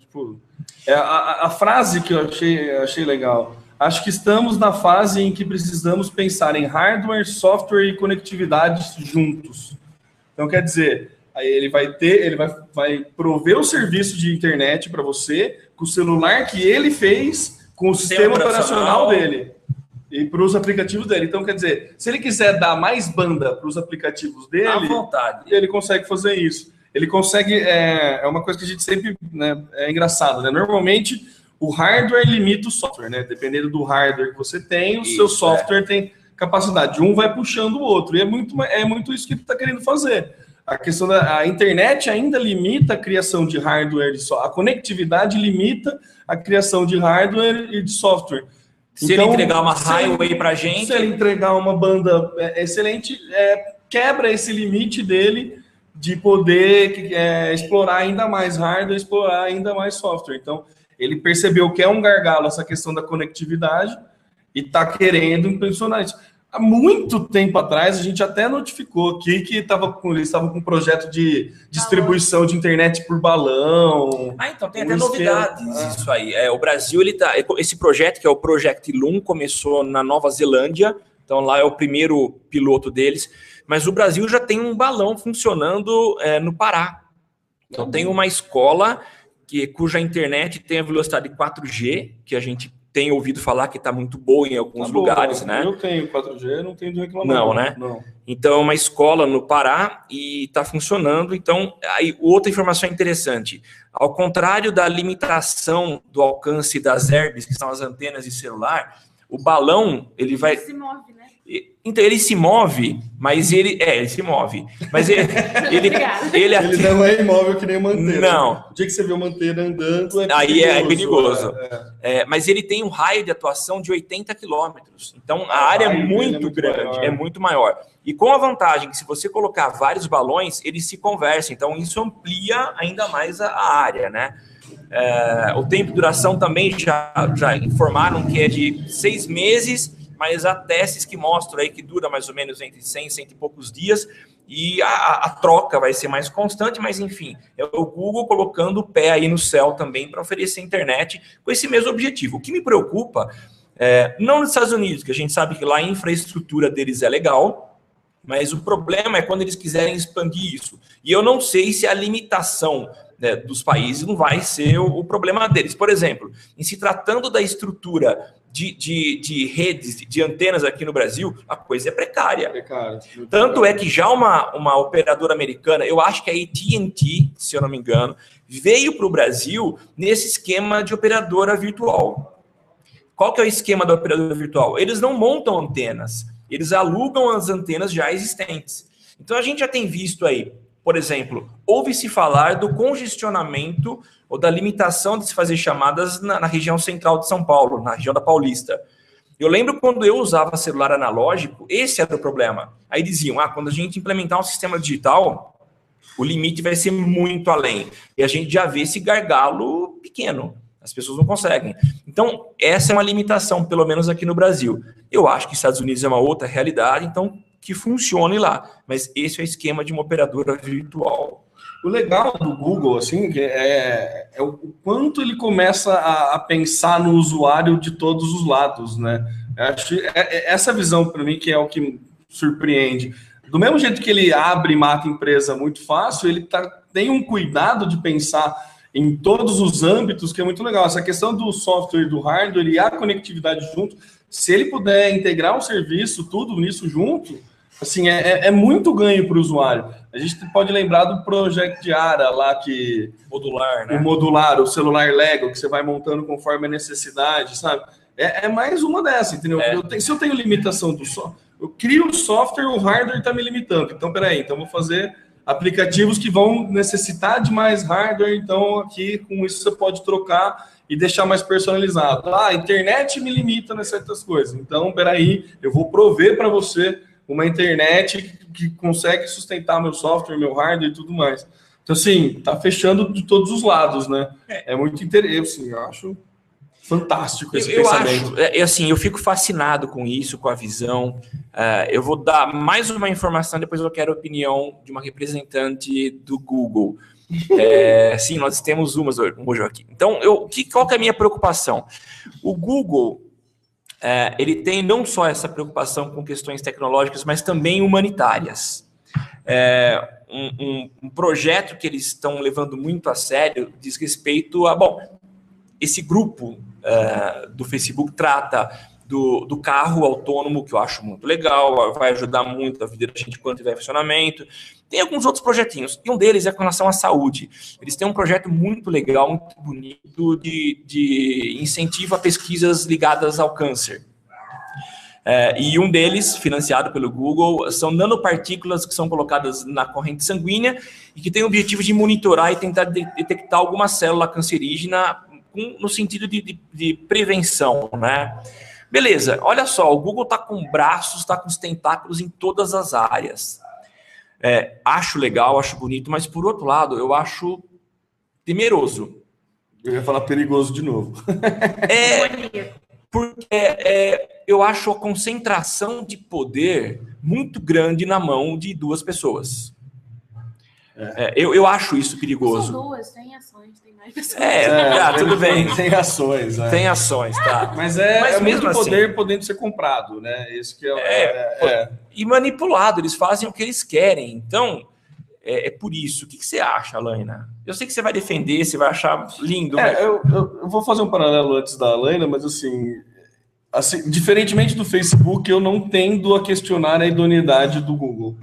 Speaker 3: a frase que eu achei legal. Acho que estamos na fase em que precisamos pensar em hardware, software e conectividade juntos. Então, quer dizer, aí ele vai prover o serviço de internet para você com o celular que ele fez, com o sistema operacional dele e para os aplicativos dele. Então, quer dizer, se ele quiser dar mais banda para os aplicativos dele, à vontade, ele consegue fazer isso. Ele consegue, é uma coisa que a gente sempre, né, é engraçado, né? Normalmente, o hardware limita o software, né? Dependendo do hardware que você tem, o seu software tem capacidade. Um vai puxando o outro. E é muito isso que ele está querendo fazer. A questão da internet ainda limita a criação de hardware, a conectividade limita a criação de hardware e de software.
Speaker 2: Se ele entregar uma highway para a gente...
Speaker 3: Se ele entregar uma banda excelente, quebra esse limite dele de poder explorar ainda mais hardware, explorar ainda mais software. Então, ele percebeu que é um gargalo essa questão da conectividade e está querendo impulsionar isso. Há muito tempo atrás, a gente até notificou aqui que eles estavam com um projeto de distribuição de internet por balão.
Speaker 2: Então tem até novidades isso aí. O Brasil, esse projeto, que é o Project Loom, começou na Nova Zelândia, então lá é o primeiro piloto deles, mas o Brasil já tem um balão funcionando no Pará. Então tem uma escola cuja internet tem a velocidade 4G, que a gente tem ouvido falar que está muito boa em alguns lugares, né?
Speaker 3: Eu tenho 4G, não tenho de reclamar.
Speaker 2: Não, né? Não. Então, é uma escola no Pará e está funcionando. Então, aí, outra informação interessante. Ao contrário da limitação do alcance das herbes, que são as antenas de celular, o balão, ele vai...
Speaker 4: Ele se move, né?
Speaker 2: Então, ele se move, mas ele se move. Mas ele
Speaker 3: não é imóvel que nem uma antena.
Speaker 2: Não.
Speaker 3: O dia que você vê uma antena andando,
Speaker 2: aí é perigoso. Mas ele tem um raio de atuação de 80 quilômetros. Então, a área é muito grande, é muito maior. E com a vantagem que se você colocar vários balões, eles se conversam. Então, isso amplia ainda mais a área, né? O tempo de duração também já informaram que é de 6 meses, mas há testes que mostram aí que dura mais ou menos entre 100 e poucos dias, e a troca vai ser mais constante, mas enfim, é o Google colocando o pé aí no céu também para oferecer internet com esse mesmo objetivo. O que me preocupa, não nos Estados Unidos, que a gente sabe que lá a infraestrutura deles é legal, mas o problema é quando eles quiserem expandir isso. E eu não sei se a limitação dos países não vai ser o problema deles. Por exemplo, em se tratando da estrutura de redes, de antenas aqui no Brasil, a coisa é precária. Tanto é que já uma operadora americana, eu acho que a AT&T, se eu não me engano, veio para o Brasil nesse esquema de operadora virtual. Qual que é o esquema da operadora virtual? Eles não montam antenas, eles alugam as antenas já existentes. Então a gente já tem visto aí, por exemplo, ouve-se falar do congestionamento ou da limitação de se fazer chamadas na região central de São Paulo, na região da Paulista. Eu lembro quando eu usava celular analógico, esse era o problema. Aí diziam, quando a gente implementar um sistema digital, o limite vai ser muito além. E a gente já vê esse gargalo pequeno. As pessoas não conseguem. Então, essa é uma limitação, pelo menos aqui no Brasil. Eu acho que os Estados Unidos é uma outra realidade, então que funcione lá. Mas esse é o esquema de uma operadora virtual.
Speaker 3: O legal do Google, assim, é o quanto ele começa a pensar no usuário de todos os lados, né? Acho essa visão, para mim, que é o que surpreende. Do mesmo jeito que ele abre e mata a empresa muito fácil, ele tem um cuidado de pensar em todos os âmbitos, que é muito legal. Essa questão do software, do hardware e a conectividade junto, se ele puder integrar um serviço, tudo nisso junto, assim, é muito ganho para o usuário. A gente pode lembrar do Project Ara lá, que...
Speaker 2: Modular, né?
Speaker 3: O modular, o celular Lego, que você vai montando conforme a necessidade, sabe? É mais uma dessa, entendeu? Se eu tenho limitação do software, eu crio o software, o hardware está me limitando. Então, peraí, vou fazer aplicativos que vão necessitar de mais hardware, então aqui com isso você pode trocar e deixar mais personalizado. A internet me limita nas certas coisas, então peraí, eu vou prover para você uma internet que consegue sustentar meu software, meu hardware e tudo mais. Então, assim, tá fechando de todos os lados, né? É muito interessante, eu acho fantástico esse pensamento.
Speaker 2: Eu fico fascinado com isso, com a visão. Eu vou dar mais uma informação, depois eu quero a opinião de uma representante do Google. Sim, nós temos uma hoje aqui. Então, qual que é a minha preocupação? O Google, ele tem não só essa preocupação com questões tecnológicas, mas também humanitárias. Um projeto que eles estão levando muito a sério diz respeito a... Esse grupo do Facebook trata do carro autônomo, que eu acho muito legal, vai ajudar muito a vida da gente quando tiver funcionamento. Tem alguns outros projetinhos, e um deles é com relação à saúde. Eles têm um projeto muito legal, muito bonito, de incentivo a pesquisas ligadas ao câncer. E um deles, financiado pelo Google, são nanopartículas que são colocadas na corrente sanguínea e que tem o objetivo de monitorar e tentar detectar alguma célula cancerígena no sentido de prevenção, né? Beleza, olha só, o Google está com braços, está com os tentáculos em todas as áreas. Acho legal, acho bonito, mas por outro lado, eu acho temeroso.
Speaker 3: Eu ia falar perigoso de novo.
Speaker 2: Porque eu acho a concentração de poder muito grande na mão de duas pessoas. Eu acho isso perigoso.
Speaker 4: São duas, tem ações, tem mais pessoas.
Speaker 2: Tudo bem.
Speaker 3: Tem ações.
Speaker 2: Tem ações, tá.
Speaker 3: Mas
Speaker 2: mesmo
Speaker 3: muito poder
Speaker 2: assim,
Speaker 3: podendo ser comprado, né? Isso que
Speaker 2: E manipulado, eles fazem o que eles querem. Então, por isso. O que você acha, Alaina? Eu sei que você vai defender, você vai achar lindo.
Speaker 3: Eu vou fazer um paralelo antes da Alaina, mas assim, diferentemente do Facebook, eu não tendo a questionar a idoneidade do Google.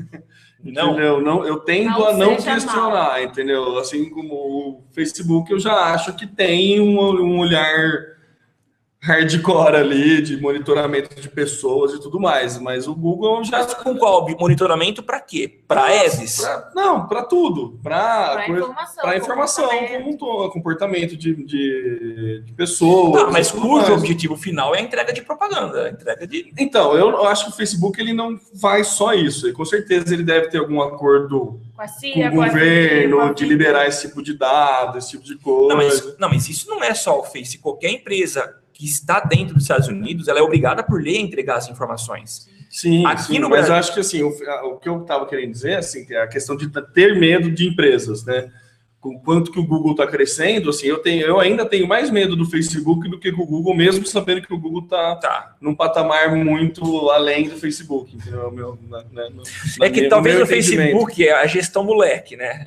Speaker 3: Não, eu tendo a não questionar, mal. Entendeu? Assim como o Facebook, eu já acho que tem um olhar hardcore ali de monitoramento de pessoas e tudo mais, mas o Google já...
Speaker 2: Mas com qual monitoramento para quê? Para ads?
Speaker 3: Para tudo. Para informação
Speaker 4: como
Speaker 3: um todo, comportamento de pessoas.
Speaker 2: Mas cujo objetivo final é a entrega de propaganda.
Speaker 3: Então, eu acho que o Facebook ele não faz só isso. E com certeza ele deve ter algum acordo
Speaker 4: com a CIA,
Speaker 3: com o governo de liberar esse tipo de dados, esse tipo de coisa.
Speaker 2: Mas isso não é só o Face. Qualquer empresa que está dentro dos Estados Unidos, ela é obrigada por lei a entregar as informações.
Speaker 3: Sim, no Brasil, mas eu acho que assim, o que eu estava querendo dizer assim, que é a questão de ter medo de empresas, né? Com quanto que o Google está crescendo, assim, eu ainda tenho mais medo do Facebook do que com o Google, mesmo sabendo que o Google está num patamar muito além do Facebook, entendeu?
Speaker 2: Talvez o Facebook é a gestão moleque, né?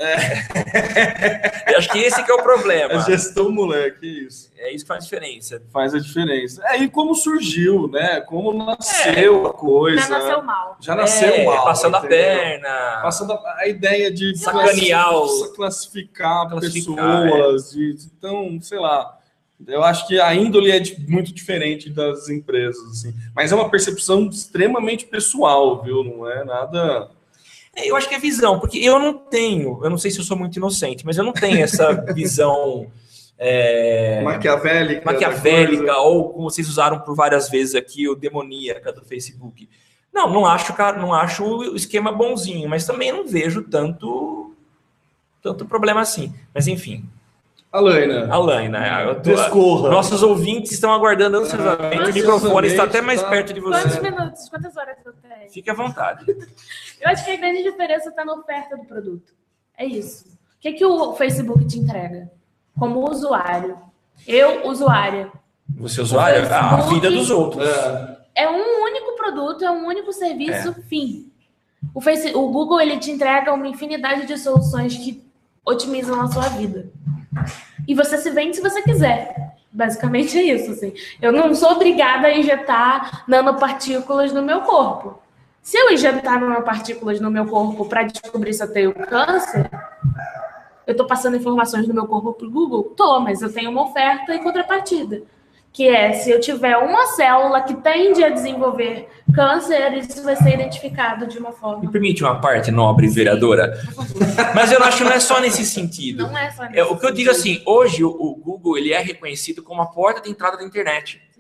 Speaker 2: Eu acho que esse que é o problema.
Speaker 3: A gestão moleque, isso.
Speaker 2: É isso que faz diferença.
Speaker 3: Faz a diferença. E como surgiu, né? Como nasceu a coisa.
Speaker 4: Já nasceu mal.
Speaker 3: Já nasceu mal.
Speaker 2: Passando a perna.
Speaker 3: Passando a ideia de
Speaker 2: sacanear,
Speaker 3: classificar pessoas. Então, sei lá. Eu acho que a índole é muito diferente das empresas, assim. Mas é uma percepção extremamente pessoal, viu? Não é nada...
Speaker 2: Eu acho que é visão, porque eu não sei se eu sou muito inocente, mas eu não tenho essa visão... maquiavélica, ou como vocês usaram por várias vezes aqui, o demoníaca do Facebook. Não acho o esquema bonzinho, mas também não vejo tanto problema assim. Mas enfim.
Speaker 3: Alaina,
Speaker 2: discorra. Nossos ouvintes estão aguardando ansiosamente. O microfone está até mais perto de você.
Speaker 4: Quantos minutos? Quantas horas eu tenho?
Speaker 2: Fique à vontade.
Speaker 4: Eu acho que a grande diferença está na oferta do produto. É isso. O que o Facebook te entrega? Como usuário. Eu, usuária.
Speaker 2: Você, usuária? A vida dos outros.
Speaker 4: É um único produto, é um único serviço, fim. O Google, ele te entrega uma infinidade de soluções que otimizam a sua vida. E você se vende se você quiser. Basicamente é isso, assim. Eu não sou obrigada a injetar nanopartículas no meu corpo. Se eu injetar nanopartículas no meu corpo para descobrir se eu tenho câncer... Eu estou passando informações do meu corpo para o Google? Mas eu tenho uma oferta em contrapartida. Que é, se eu tiver uma célula que tende a desenvolver câncer, isso vai ser identificado de uma forma...
Speaker 2: Me permite uma parte, nobre vereadora? Mas eu acho que não é só nesse sentido.
Speaker 4: Não é só nesse sentido.
Speaker 2: O que eu digo assim, hoje o Google ele é reconhecido como a porta de entrada da internet.
Speaker 4: Sim.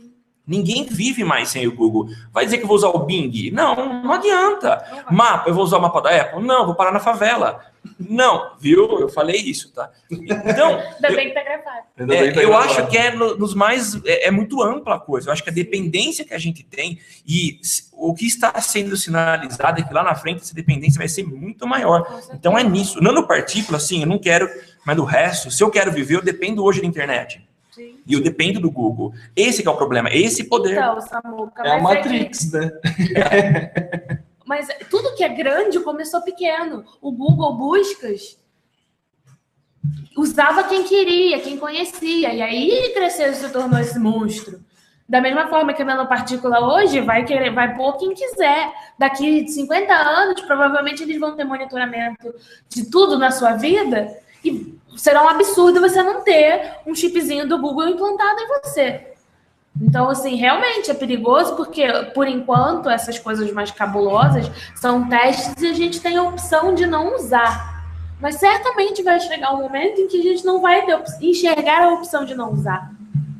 Speaker 2: Ninguém vive mais sem o Google. Vai dizer que eu vou usar o Bing? Não adianta. Mapa, eu vou usar o mapa da Apple? Não, vou parar na favela. Não, viu? Eu falei isso, tá? Então,
Speaker 4: Ainda bem que tá gravado.
Speaker 2: Eu acho que é muito ampla a coisa. Eu acho que a dependência que a gente tem e o que está sendo sinalizado é que lá na frente essa dependência vai ser muito maior. Então é nisso. Nanopartícula, sim, eu não quero, mas do resto, se eu quero viver, eu dependo hoje da internet. Sim. E eu dependo do Google. Esse que é o problema, esse poder.
Speaker 4: Então, Samuca,
Speaker 3: é a Matrix, né?
Speaker 4: Mas tudo que é grande começou pequeno. O Google Buscas usava quem queria, quem conhecia. E aí ele cresceu e se tornou esse monstro. Da mesma forma que a nanopartícula hoje vai pôr quem quiser. Daqui 50 anos, provavelmente eles vão ter monitoramento de tudo na sua vida. E será um absurdo você não ter um chipzinho do Google implantado em você. Então, assim, realmente é perigoso porque, por enquanto, essas coisas mais cabulosas são testes e a gente tem a opção de não usar. Mas certamente vai chegar um momento em que a gente não vai enxergar a opção de não usar.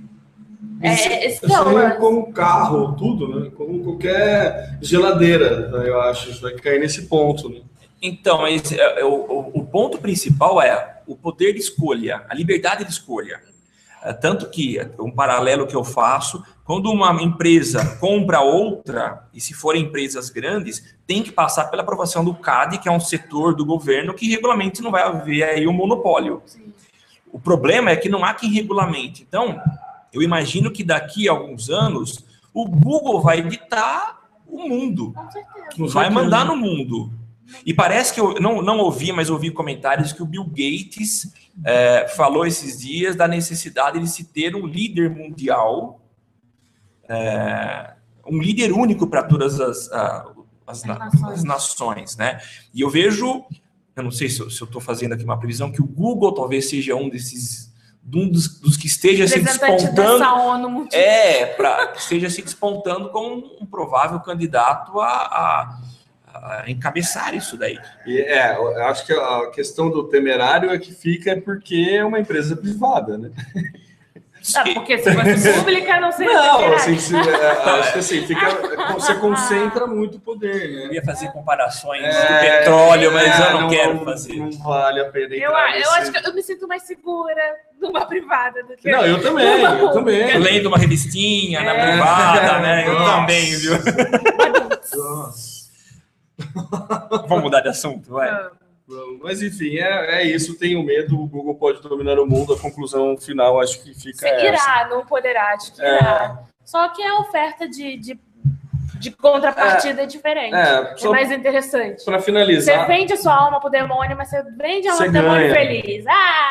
Speaker 3: Como carro, tudo, né? Como qualquer geladeira, né? Eu acho. Isso vai cair nesse ponto, né?
Speaker 2: Então, o ponto principal é o poder de escolha, a liberdade de escolha. Tanto que, um paralelo que eu faço, quando uma empresa compra outra, e se forem empresas grandes, tem que passar pela aprovação do CADE, que é um setor do governo que regulamente não vai haver aí um monopólio. Sim. O problema é que não há quem regulamente. Então, eu imagino que daqui a alguns anos, o Google vai ditar o mundo. Vai mandar no mundo. E parece que eu não ouvi, mas ouvi comentários que o Bill Gates falou esses dias da necessidade de se ter um líder mundial, um líder único para todas as nações, né? E eu vejo, eu não sei se eu estou fazendo aqui uma previsão, que o Google talvez seja um dos que esteja se despontando, que esteja se despontando como um provável candidato a encabeçar isso daí.
Speaker 3: Eu acho que a questão do temerário é que fica porque é uma empresa privada, né?
Speaker 4: Porque se fosse pública, não seria
Speaker 3: acho que assim, você concentra muito poder, né?
Speaker 2: Eu ia fazer comparações do petróleo, mas eu não quero fazer.
Speaker 3: Não vale a pena
Speaker 4: eu acho que eu me sinto mais segura numa privada do que...
Speaker 3: Não, eu também.
Speaker 2: Lendo uma revistinha na privada, né? Eu também, viu?
Speaker 3: Nossa.
Speaker 2: Vamos mudar de assunto, vai.
Speaker 3: Mas enfim, é isso. Tenho medo. O Google pode dominar o mundo. A conclusão final acho que fica essa.
Speaker 4: Não poderá, acho que irá. Só que a oferta de contrapartida é diferente. É mais interessante.
Speaker 3: Para finalizar,
Speaker 4: você vende a sua alma pro demônio, mas você vende a alma pro demônio feliz.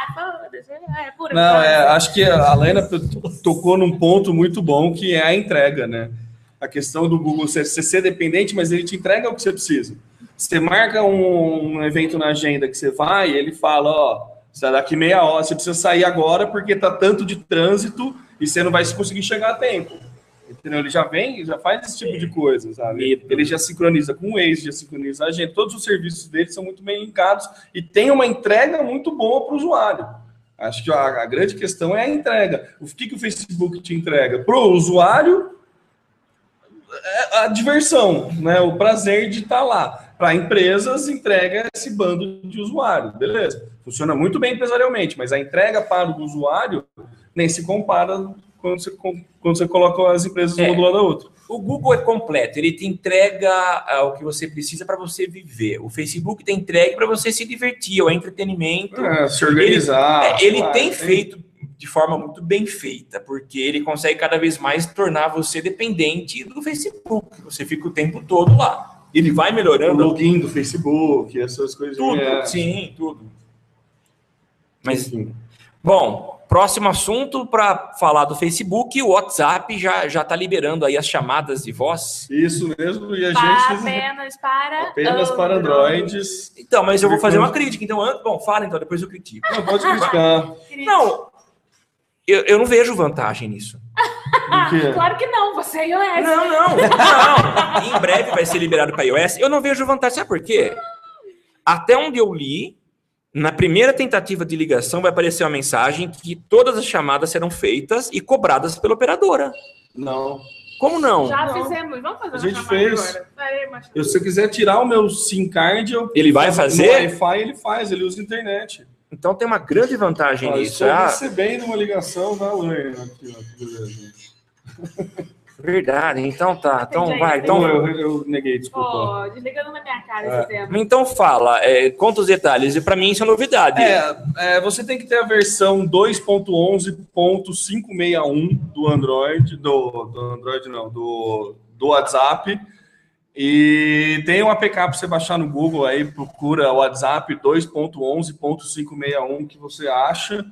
Speaker 3: Acho que a Lena tocou num ponto muito bom, que é a entrega, né? A questão do Google você ser dependente, mas ele te entrega o que você precisa. Você marca um evento na agenda que você vai, ele fala, daqui meia hora, você precisa sair agora porque tá tanto de trânsito e você não vai conseguir chegar a tempo. Entendeu? Ele já faz esse tipo de coisa, sabe? Ele já sincroniza com o Waze, já sincroniza a agenda. Todos os serviços dele são muito bem linkados e tem uma entrega muito boa para o usuário. Acho que a grande questão é a entrega. O que o Facebook te entrega? Para o usuário, a diversão, né? O prazer de estar lá. Para empresas, entrega esse bando de usuários, beleza? Funciona muito bem empresarialmente, mas a entrega para o usuário nem se compara quando você coloca as empresas uma do lado da outra.
Speaker 2: O Google é completo, ele te entrega o que você precisa para você viver. O Facebook te entrega para você se divertir, o entretenimento.
Speaker 3: Se organizar.
Speaker 2: Ele tem feito de forma muito bem feita, porque ele consegue cada vez mais tornar você dependente do Facebook. Você fica o tempo todo lá. Ele vai melhorando.
Speaker 3: O login do Facebook, essas coisas.
Speaker 2: Tudo, sim, tudo. Mas, bom, próximo assunto para falar do Facebook, o WhatsApp já está liberando aí as chamadas de voz.
Speaker 3: Isso mesmo, e a gente... Apenas para Androids.
Speaker 2: Então, mas eu vou fazer uma crítica. Então, fala então, depois eu critico.
Speaker 3: Não, pode criticar.
Speaker 2: Não, eu não vejo vantagem nisso.
Speaker 4: Claro que não, você é iOS.
Speaker 2: Não. Em breve vai ser liberado para iOS. Eu não vejo vantagem, sabe por quê? Até onde eu li, na primeira tentativa de ligação vai aparecer uma mensagem que todas as chamadas serão feitas e cobradas pela operadora.
Speaker 3: Não.
Speaker 2: Como não?
Speaker 4: Já fizemos. Vamos fazer
Speaker 3: a gente fez.
Speaker 4: Agora.
Speaker 3: Se eu quiser tirar o meu SIM card,
Speaker 2: ele vai fazer?
Speaker 3: No Wi-Fi ele faz, ele usa internet.
Speaker 2: Então tem uma grande vantagem nisso.
Speaker 3: Estou recebendo uma ligação da Lane aqui, ó.
Speaker 2: Verdade, então tá. Então vai.
Speaker 3: Então eu neguei, desculpa.
Speaker 4: Desligando na minha cara esse tema.
Speaker 2: Então fala, conta os detalhes. E para mim isso é novidade.
Speaker 3: Você tem que ter a versão 2.11.561 do Android, do WhatsApp. E tem um APK para você baixar no Google aí, procura o WhatsApp 2.11.561 que você acha.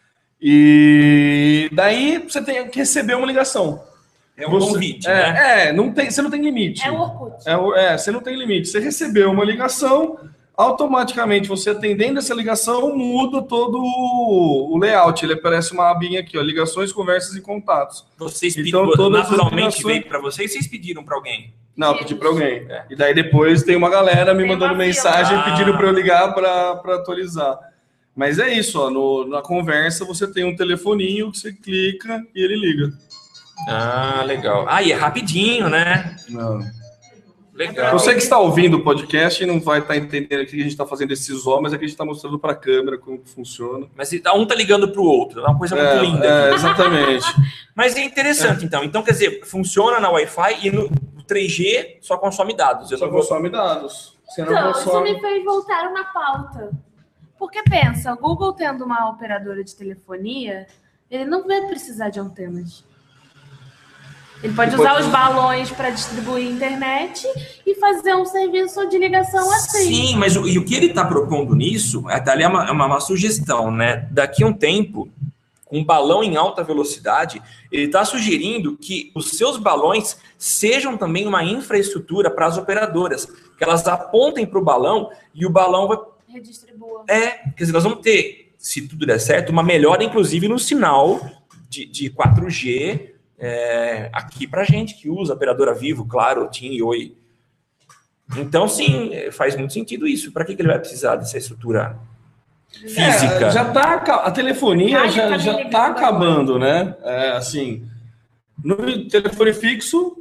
Speaker 3: E daí você tem que receber uma ligação.
Speaker 2: É um convite, né?
Speaker 3: Você não tem limite.
Speaker 4: É o Orkut.
Speaker 3: Você não tem limite. Você recebeu uma ligação, automaticamente você atendendo essa ligação muda todo o layout. Ele aparece uma abinha aqui, ó, ligações, conversas e contatos.
Speaker 2: Vocês
Speaker 3: naturalmente
Speaker 2: veio para vocês, vocês pediram para alguém?
Speaker 3: Não, pedi para alguém. E daí depois tem uma galera me mandando mensagem pedindo para eu ligar para atualizar. Mas é isso, ó, na conversa você tem um telefoninho que você clica e ele liga.
Speaker 2: Ah, legal. E é rapidinho, né?
Speaker 3: Não.
Speaker 2: Legal.
Speaker 3: Você que está ouvindo o podcast não vai estar entendendo o que a gente está fazendo esses homens, é que a gente está mostrando para a câmera como funciona.
Speaker 2: Mas um tá ligando para o outro, é uma coisa muito linda.
Speaker 3: Exatamente.
Speaker 2: Mas é interessante, então. Então, quer dizer, funciona na Wi-Fi e no 3G só consome dados.
Speaker 3: Consome dados.
Speaker 4: Isso me fez voltar uma pauta. Porque pensa, o Google tendo uma operadora de telefonia, ele não vai precisar de antenas. Ele pode usar os balões para distribuir internet e fazer um serviço de ligação assim.
Speaker 2: Sim, mas o que ele está propondo nisso, ali é uma sugestão, né? Daqui a um tempo, com um balão em alta velocidade, ele está sugerindo que os seus balões sejam também uma infraestrutura para as operadoras, que elas apontem para o balão e o balão vai...
Speaker 4: Redistribua.
Speaker 2: Quer dizer, nós vamos ter, se tudo der certo, uma melhora, inclusive, no sinal de 4G, aqui pra gente que usa operadora Vivo, claro, TIM e Oi. Então, sim, faz muito sentido isso. Para que ele vai precisar dessa estrutura física?
Speaker 3: A telefonia já tá acabando, né? Assim, no telefone fixo.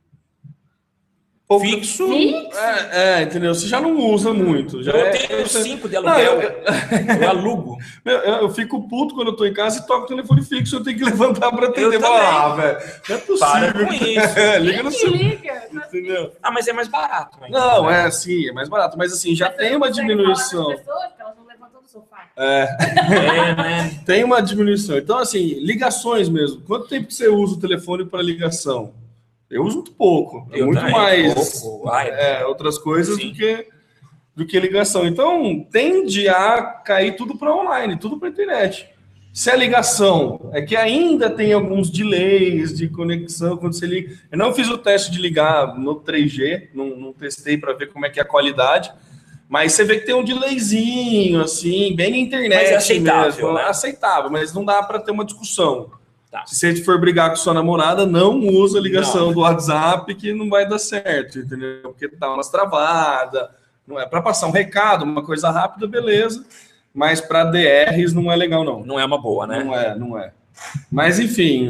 Speaker 3: Entendeu? Você já não usa muito.
Speaker 2: Eu tenho 5 de aluguel. Eu alugo.
Speaker 3: Eu fico puto quando eu tô em casa e toco o telefone fixo. Eu tenho que levantar para atender.
Speaker 2: Velho, não
Speaker 3: é possível.
Speaker 2: Para com isso.
Speaker 3: Liga no seu. Entendeu?
Speaker 2: Mas é mais barato. Né?
Speaker 3: Não, é mais barato. Mas assim, já tem uma diminuição.
Speaker 4: Elas não levantam do sofá.
Speaker 2: Né?
Speaker 3: Tem uma diminuição. Então, assim, ligações mesmo. Quanto tempo que você usa o telefone para ligação? Eu uso muito pouco. Muito mais outras coisas do que ligação. Então, tende a cair tudo para online, tudo para internet. Se a ligação é que ainda tem alguns delays de conexão quando você liga. Eu não fiz o teste de ligar no 3G, não testei para ver como é que é a qualidade, mas você vê que tem um delayzinho, assim, bem na internet.
Speaker 2: Mas é aceitável,
Speaker 3: mesmo,
Speaker 2: né?
Speaker 3: Aceitável, mas não dá para ter uma discussão. Tá. Se você for brigar com sua namorada, não usa a ligação do WhatsApp que não vai dar certo, entendeu? Porque tá umas travadas, não é para passar um recado, uma coisa rápida, beleza, mas para DRs não é legal, não.
Speaker 2: Não é uma boa, né?
Speaker 3: Não é. Mas, enfim,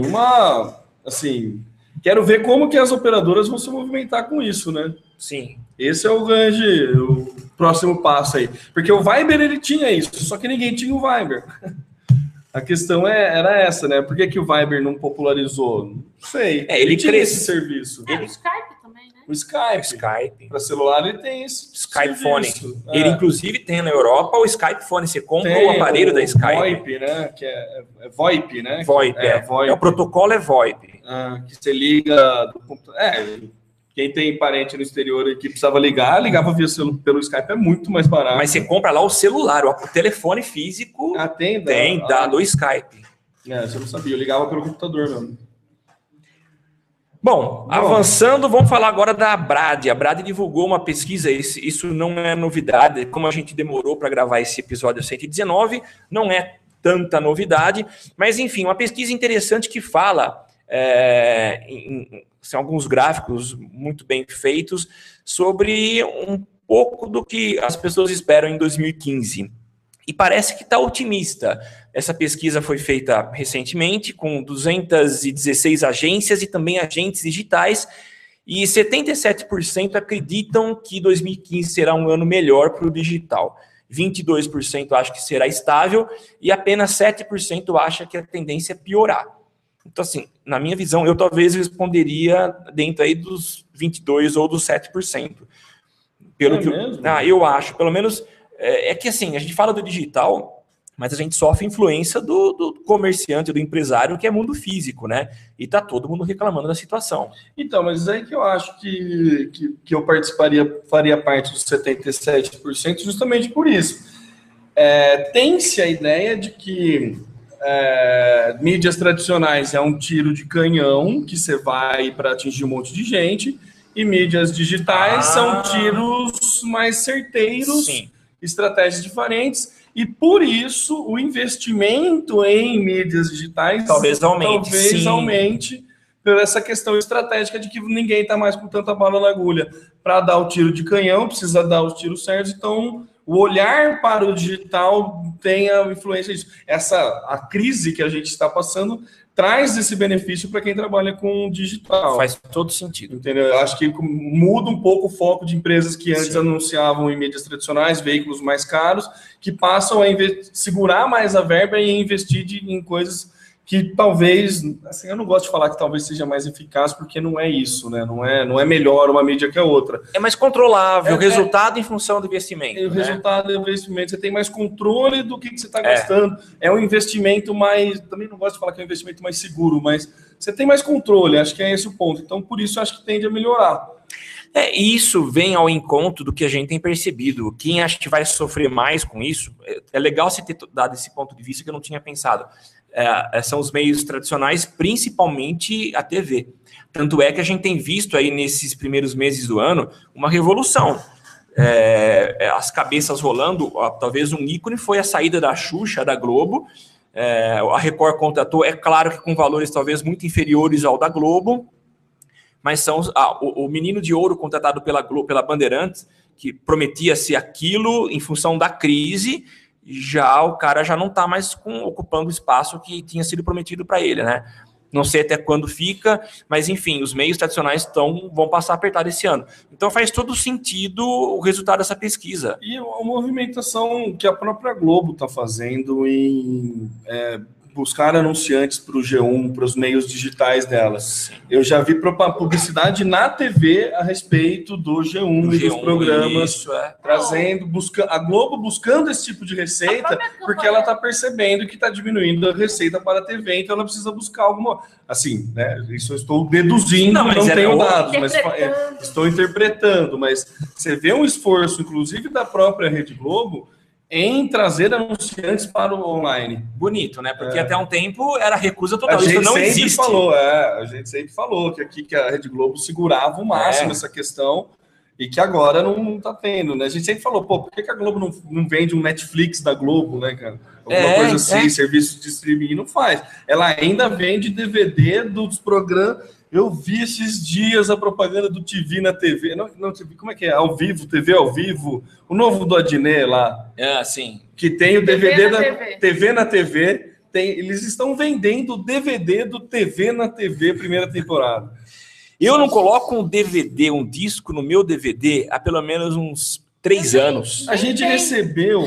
Speaker 3: quero ver como que as operadoras vão se movimentar com isso, né?
Speaker 2: Sim.
Speaker 3: Esse é o próximo passo aí. Porque o Viber, ele tinha isso, só que ninguém tinha o Viber. A questão era essa, né? Por que o Viber não popularizou? Não sei.
Speaker 2: Ele
Speaker 3: tinha
Speaker 2: cresce.
Speaker 3: esse serviço.
Speaker 4: O Skype também, né?
Speaker 3: O Skype. Para celular ele tem esse
Speaker 2: Skype
Speaker 3: serviço.
Speaker 2: Phone. Ele, inclusive, tem na Europa o Skype Phone. Você compra o aparelho da Skype.
Speaker 3: VoIP, né? Que é VoIP, né?
Speaker 2: VoIP, VoIP. O protocolo é VoIP.
Speaker 3: Que você liga do computador. Quem tem parente no exterior e que precisava ligava pelo Skype, é muito mais barato.
Speaker 2: Mas você compra lá o celular, o telefone físico tem do Skype.
Speaker 3: Você não sabia, eu ligava pelo computador mesmo.
Speaker 2: Bom, avançando, vamos falar agora da Brad. A Brad divulgou uma pesquisa, isso não é novidade, como a gente demorou para gravar esse episódio 119, não é tanta novidade, mas enfim, uma pesquisa interessante que fala... são alguns gráficos muito bem feitos sobre um pouco do que as pessoas esperam em 2015. E parece que está otimista. Essa pesquisa foi feita recentemente com 216 agências e também agentes digitais, e 77% acreditam que 2015 será um ano melhor para o digital. 22% acham que será estável e apenas 7% acha que a tendência é piorar. Então, assim, na minha visão, eu talvez responderia dentro aí dos 22% ou dos 7%. Pelo que eu acho, pelo menos, é que assim, a gente fala do digital, mas a gente sofre influência do comerciante, do empresário, que é mundo físico, né? E tá todo mundo reclamando da situação.
Speaker 3: Então, mas aí que eu acho que eu faria parte dos 77% justamente por isso. Tem-se a ideia de que mídias tradicionais é um tiro de canhão que você vai para atingir um monte de gente, e mídias digitais são tiros mais certeiros, sim, estratégias diferentes. E por isso o investimento em mídias digitais
Speaker 2: talvez
Speaker 3: aumente por essa questão estratégica de que ninguém está mais com tanta bala na agulha. Para dar o tiro de canhão, precisa dar os tiros certos, então o olhar para o digital tem a influência disso. A crise que a gente está passando traz esse benefício para quem trabalha com digital.
Speaker 2: Faz todo sentido.
Speaker 3: Entendeu? Eu acho que muda um pouco o foco de empresas que antes anunciavam em mídias tradicionais, veículos mais caros, que passam a segurar mais a verba e investir em coisas que talvez, assim, eu não gosto de falar que talvez seja mais eficaz, porque não é isso, né? Não é melhor uma mídia que a outra.
Speaker 2: É mais controlável, o resultado em função do investimento.
Speaker 3: O resultado do investimento, você tem mais controle do que você está gastando. É um investimento mais, também não gosto de falar que é um investimento mais seguro, mas você tem mais controle, acho que é esse o ponto. Então, por isso, acho que tende a melhorar.
Speaker 2: Isso vem ao encontro do que a gente tem percebido. Quem acha que vai sofrer mais com isso, é legal você ter dado esse ponto de vista que eu não tinha pensado. São os meios tradicionais, principalmente a TV. Tanto é que a gente tem visto aí nesses primeiros meses do ano uma revolução. As cabeças rolando, talvez um ícone foi a saída da Xuxa, da Globo. A Record contratou, é claro que com valores talvez muito inferiores ao da Globo, mas são o menino de ouro contratado pela Bandeirantes, que prometia-se aquilo em função da crise. Já o cara já não está mais ocupando o espaço que tinha sido prometido para ele, né? Não sei até quando fica, mas enfim, os meios tradicionais vão passar apertado esse ano. Então faz todo sentido o resultado dessa pesquisa.
Speaker 3: E a movimentação que a própria Globo está fazendo em buscar anunciantes para o G1, para os meios digitais delas. Eu já vi publicidade na TV a respeito do G1 e dos programas, trazendo, a Globo buscando esse tipo de receita, porque ela está percebendo que está diminuindo a receita para a TV, então ela precisa buscar alguma... Assim, né? Isso eu estou deduzindo, não tenho dados, mas estou interpretando, mas você vê um esforço, inclusive da própria Rede Globo, em trazer anunciantes para o online.
Speaker 2: Bonito, né? Porque até um tempo era recusa total. Isso não existe.
Speaker 3: A gente sempre falou que a Rede Globo segurava o máximo essa questão e que agora não está tendo, né? A gente sempre falou, por que a Globo não vende um Netflix da Globo, né, cara? Alguma coisa assim, serviço de streaming, não faz. Ela ainda vende DVD dos programas. Eu vi esses dias a propaganda do TV na TV. Não, TV, como é que é? Ao vivo, TV ao vivo. O novo do Adnet lá.
Speaker 2: Sim.
Speaker 3: Que tem o DVD da TV na TV. Eles estão vendendo o DVD do TV na TV, primeira temporada.
Speaker 2: Eu não coloco um DVD, um disco no meu DVD há pelo menos uns 3 anos.
Speaker 3: A gente recebeu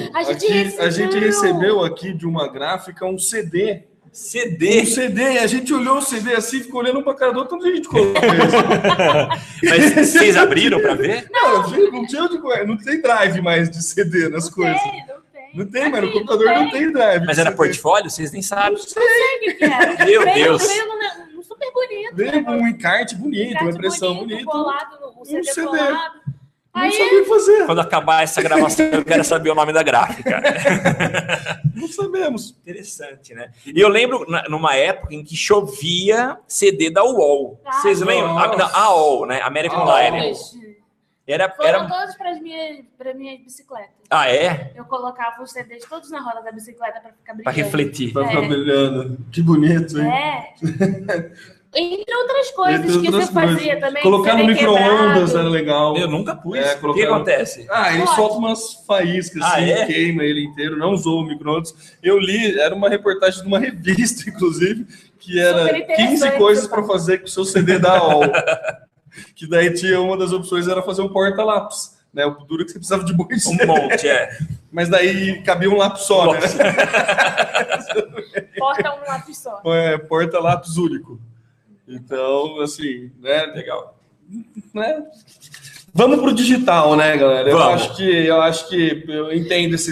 Speaker 3: aqui de uma gráfica um CD. Um CD, a gente olhou o CD assim, ficou olhando para cara do outro, onde a gente colocou isso?
Speaker 2: Mas vocês abriram para ver?
Speaker 3: Não tem drive mais de CD nas coisas. Não tem, mas no computador não tem drive.
Speaker 2: Mas era portfólio? Vocês nem sabem.
Speaker 4: Não sei o que era.
Speaker 2: Meu Deus.
Speaker 4: Veio super bonito.
Speaker 3: Veio um encarte bonito, uma impressão bonita.
Speaker 4: O CD colado.
Speaker 3: Não sabia fazer.
Speaker 2: Quando acabar essa gravação, eu quero saber o nome da gráfica.
Speaker 3: Não sabemos.
Speaker 2: Interessante, né? E eu lembro numa época em que chovia CD da UOL. Vocês lembram? A UOL, né? American Online.
Speaker 4: Foram todos para minhas bicicletas.
Speaker 2: Ah, é?
Speaker 4: Eu colocava os CDs todos na roda da bicicleta para ficar brilhando.
Speaker 2: Para refletir.
Speaker 3: Para ficar brilhando. Que bonito, hein?
Speaker 4: Entre outras coisas que você fazia também.
Speaker 3: Colocar no micro-ondas era legal.
Speaker 2: Eu nunca pus. O que acontece?
Speaker 3: Ele solta umas faíscas, queima ele inteiro, não usou o micro-ondas. Eu li, era uma reportagem de uma revista, inclusive, que era 15 coisas para fazer com o seu CD da AOL. Que daí tinha uma das opções era fazer um porta-lápis. Né, o duro que você precisava de muito.
Speaker 2: Um monte,
Speaker 3: Mas daí cabia um lápis só, né?
Speaker 4: Porta um lápis só.
Speaker 3: Porta lápis único. Então, assim, né? Legal. Né? Vamos pro digital, né, galera? Eu acho que eu entendo esse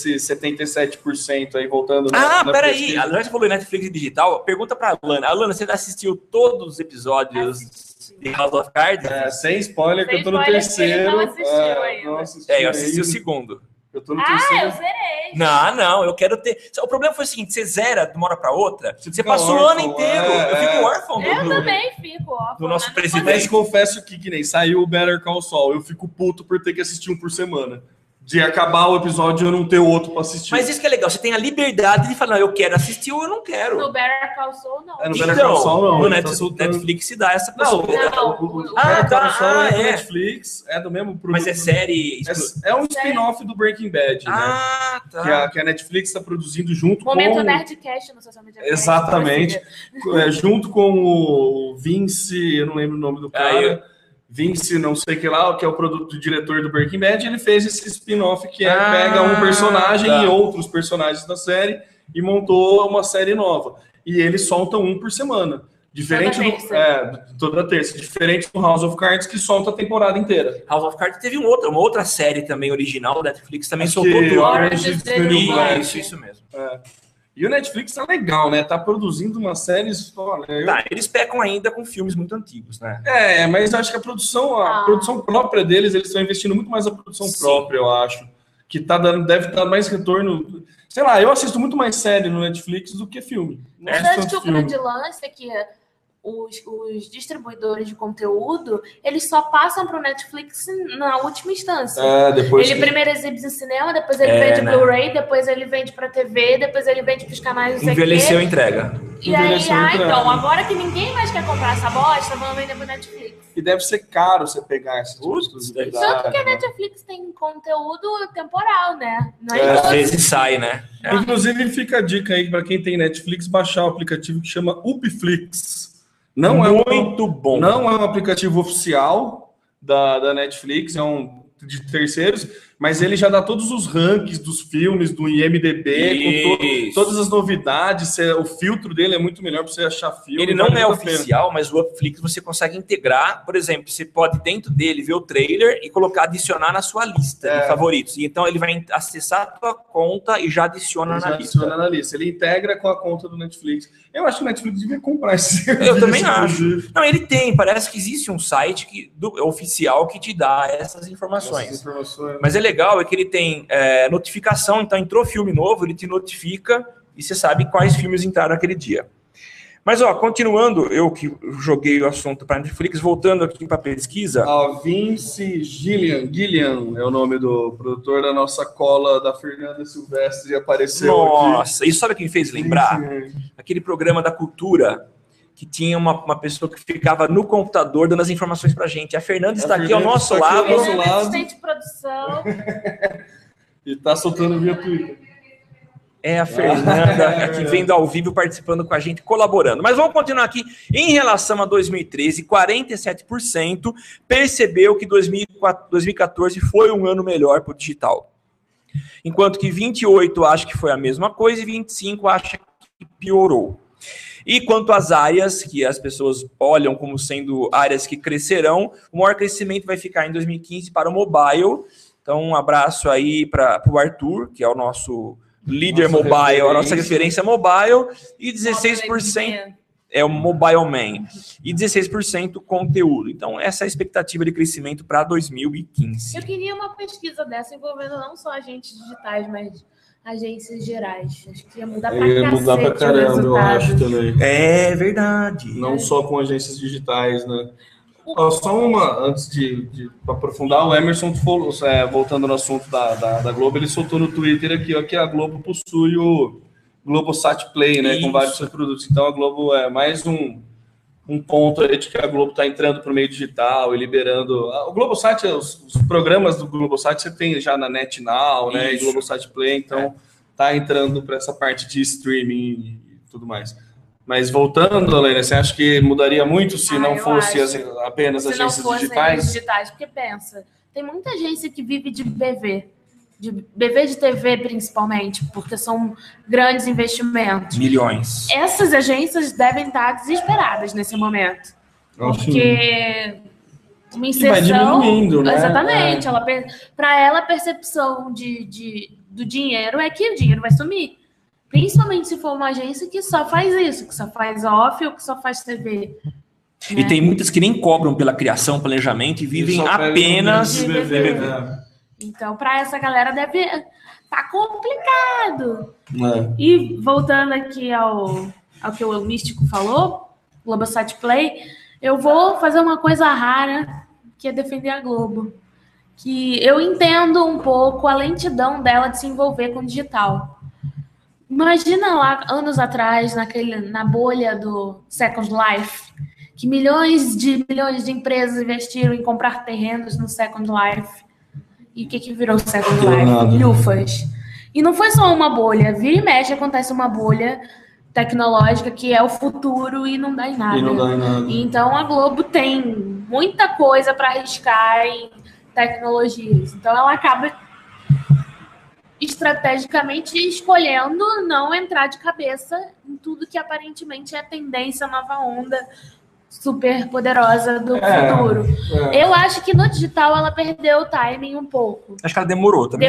Speaker 3: 77% aí, voltando na
Speaker 2: peraí. A Lana falou Netflix e digital. Pergunta pra Alana. Alana, você assistiu todos os episódios de House of Cards?
Speaker 3: Sem spoiler, que eu tô no terceiro.
Speaker 4: Não assistiu ainda.
Speaker 2: Eu assisti o segundo.
Speaker 3: Eu tô no terceiro.
Speaker 4: Eu zerei.
Speaker 2: Não, eu quero ter... O problema foi o seguinte, você zera de uma hora pra outra, você passou o ano inteiro. Eu fico órfão.
Speaker 4: Eu também fico órfão.
Speaker 2: Do nosso presidente.
Speaker 3: Mas confesso que nem saiu o Better Call Saul, eu fico puto por ter que assistir um por semana. De acabar o episódio e eu não ter outro pra assistir.
Speaker 2: Mas isso que é legal, você tem a liberdade de falar, não, eu quero assistir ou eu não quero.
Speaker 4: No Better Call Saul, não.
Speaker 3: No Better Call Saul, não.
Speaker 2: No Netflix se dá essa possibilidade.
Speaker 3: O Better Call Saul é do Netflix, é do mesmo produto.
Speaker 2: Mas é série...
Speaker 3: É um spin-off do Breaking Bad, né?
Speaker 2: Tá.
Speaker 3: Que a Netflix está produzindo junto
Speaker 4: Momento Nerdcast no social media.
Speaker 3: Exatamente. Junto com o Vince, eu não lembro o nome do cara... Vince, não sei que lá, que é o produto do diretor do Breaking Bad, ele fez esse spin-off que pega um personagem e outros personagens da série e montou uma série nova. E eles soltam um por semana. Diferente toda terça. Diferente do House of Cards, que solta a temporada inteira.
Speaker 2: House of Cards teve uma outra série também original, da Netflix também soltou tudo. Isso mesmo.
Speaker 3: E o Netflix tá legal, né? Tá produzindo umas séries...
Speaker 2: eles pecam ainda com filmes muito antigos, né?
Speaker 3: Mas acho que a produção própria deles, eles estão investindo muito mais na produção própria, eu acho. Que deve dar mais retorno... Sei lá, eu assisto muito mais série no Netflix do que filme.
Speaker 4: Acho que o grande lance é que os distribuidores de conteúdo, eles só passam para o Netflix na última instância. Ele primeiro exibe no cinema, depois ele vende Blu-ray, depois ele vende para TV, depois ele vende para os canais...
Speaker 2: Envelheceu a entrega.
Speaker 4: E aí, então, agora que ninguém mais quer comprar essa bosta, vamos vender para o Netflix.
Speaker 3: E deve ser caro você pegar essas coisas.
Speaker 4: Tanto que a Netflix tem conteúdo temporal, né?
Speaker 2: Às vezes sai, né?
Speaker 3: Inclusive, fica a dica aí para quem tem Netflix, baixar o aplicativo que chama Upflix.
Speaker 2: Muito bom.
Speaker 3: Não é um aplicativo oficial da Netflix, é um de terceiros, mas ele já dá todos os rankings dos filmes, do IMDb, com todas as novidades. O filtro dele é muito melhor para você achar filme.
Speaker 2: Ele não é oficial, mas o Upflix você consegue integrar. Por exemplo, você pode dentro dele ver o trailer e adicionar na sua lista de favoritos. E então ele vai acessar a tua conta e já adiciona na lista.
Speaker 3: Ele integra com a conta do Netflix. Eu acho que o Netflix devia comprar esse serviço.
Speaker 2: Eu também acho. Não, ele tem. Parece que existe um site oficial que te dá essas informações. Mas é legal, é que ele tem notificação, então entrou filme novo, ele te notifica e você sabe quais filmes entraram naquele dia. Mas, continuando, eu que joguei o assunto para a Netflix, voltando aqui para a pesquisa...
Speaker 3: Vince Gillian é o nome do produtor da nossa cola da Fernanda Silvestre, apareceu
Speaker 2: Nossa, aqui. E sabe o que me fez lembrar? Aquele programa da cultura... que tinha uma pessoa que ficava no computador dando as informações pra gente. A Fernanda está aqui ao nosso lado.
Speaker 4: Assistente de produção.
Speaker 3: E tá soltando via Twitter.
Speaker 2: É a Fernanda que vem ao vivo participando com a gente, colaborando. Mas vamos continuar aqui. Em relação a 2013, 47% percebeu que 2014 foi um ano melhor para o digital. Enquanto que 28% acha que foi a mesma coisa e 25% acha que piorou. E quanto às áreas que as pessoas olham como sendo áreas que crescerão, o maior crescimento vai ficar em 2015 para o mobile. Então, um abraço aí para o Arthur, que é o nosso líder mobile, a nossa referência mobile, e 16% é o Mobile Man, e 16% conteúdo. Então, essa é a expectativa de crescimento para 2015.
Speaker 4: Eu queria uma pesquisa dessa envolvendo não só agentes digitais, mas... agências gerais. Acho que ia mudar pra
Speaker 3: caramba, eu acho também.
Speaker 2: É verdade.
Speaker 3: Não só com agências digitais, né? Só uma, antes de aprofundar, o Emerson, voltando no assunto da Globo, ele soltou no Twitter aqui, que a Globo possui o Globosat Play, né? Com vários seus produtos. Então, a Globo é mais um um ponto aí de que a Globo está entrando para o meio digital e liberando. O Globosat, os programas do Globosat você tem já na NetNow, né? E Globosat Play, então está entrando para essa parte de streaming e tudo mais. Mas voltando, Helena, você acha que mudaria muito se não fosse apenas agências digitais?
Speaker 4: Porque pensa, tem muita agência que vive de BV de TV principalmente, porque são grandes investimentos.
Speaker 2: Milhões.
Speaker 4: Essas agências devem estar desesperadas nesse momento. Porque uma inserção...
Speaker 3: vai diminuindo, né?
Speaker 4: Exatamente. Para ela, a percepção do dinheiro é que o dinheiro vai sumir. Principalmente se for uma agência que só faz isso, que só faz off ou que só faz TV.
Speaker 2: E tem muitas que nem cobram pela criação, planejamento e vivem apenas de BV.
Speaker 4: Então, para essa galera deve estar complicado. E voltando aqui ao que o Místico falou, Globosat Play, eu vou fazer uma coisa rara, que é defender a Globo. Que eu entendo um pouco a lentidão dela de se envolver com o digital. Imagina lá, anos atrás, na bolha do Second Life, que milhões de empresas investiram em comprar terrenos no Second Life. E o que virou o Second Life? Lufas. E não foi só uma bolha. Vira e mexe, acontece uma bolha tecnológica que é o futuro e não dá em nada. Então, a Globo tem muita coisa para arriscar em tecnologias. Então, ela acaba estrategicamente escolhendo não entrar de cabeça em tudo que aparentemente é tendência, nova onda, super poderosa do futuro. Eu acho que no digital ela perdeu o timing um pouco.
Speaker 2: Acho que ela demorou também.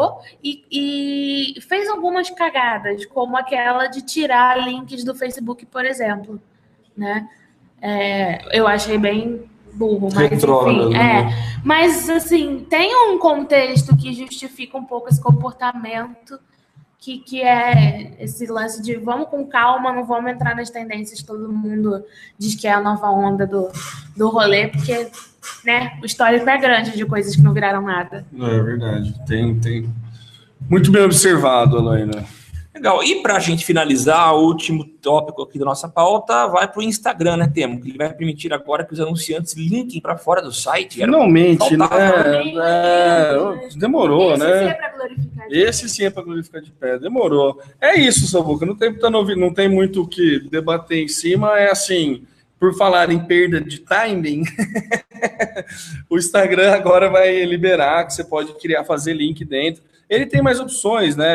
Speaker 4: E fez algumas cagadas, como aquela de tirar links do Facebook, por exemplo. Né? Eu achei bem burro, mas enfim. Mas, assim, tem um contexto que justifica um pouco esse comportamento que é esse lance de vamos com calma, não vamos entrar nas tendências, todo mundo diz que é a nova onda do rolê, porque, né, o histórico é grande de coisas que não viraram nada.
Speaker 3: É verdade, tem. Muito bem observado, Elaine.
Speaker 2: Legal, e para a gente finalizar, o último tópico aqui da nossa pauta vai para o Instagram, né, Temo? Que ele vai permitir agora que os anunciantes linkem para fora do site.
Speaker 3: Finalmente, né? Demorou, né?
Speaker 4: Esse sim é para glorificar
Speaker 3: de pé, demorou. É isso, Sabuca, não tem muito o que debater em cima, é assim, por falar em perda de timing, o Instagram agora vai liberar que você pode fazer link dentro. Ele tem mais opções, né?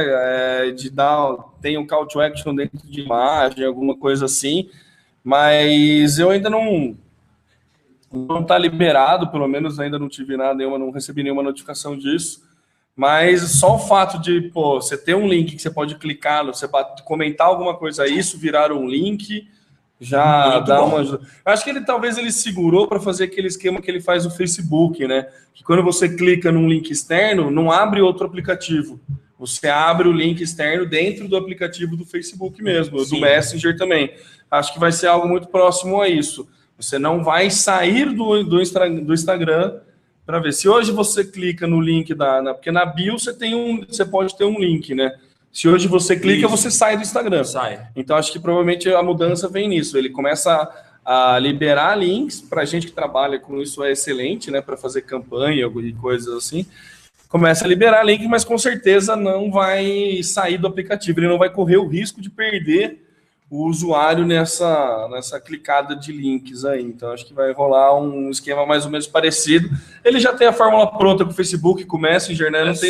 Speaker 3: Tem um call to action dentro de imagem, alguma coisa assim, mas eu ainda não está liberado, pelo menos ainda não tive não recebi nenhuma notificação disso. Mas só o fato de você ter um link que você pode clicar, você comentar alguma coisa, isso virar um link, já muito dá uma ajuda. Acho que talvez ele segurou para fazer aquele esquema que ele faz no Facebook, né? Que quando você clica num link externo, não abre outro aplicativo. Você abre o link externo dentro do aplicativo do Facebook mesmo, do Messenger também. Acho que vai ser algo muito próximo a isso. Você não vai sair do Instagram para ver. Se hoje você clica no link porque na bio você pode ter um link, né? Se hoje você clica, você sai do Instagram. Então, acho que provavelmente a mudança vem nisso. Ele começa a liberar links. Para a gente que trabalha com isso é excelente, né? Para fazer campanha e coisas assim. Começa a liberar link, mas com certeza não vai sair do aplicativo. Ele não vai correr o risco de perder o usuário nessa clicada de links aí. Então, acho que vai rolar um esquema mais ou menos parecido. Ele já tem a fórmula pronta com o Facebook, com o Messenger, né? Não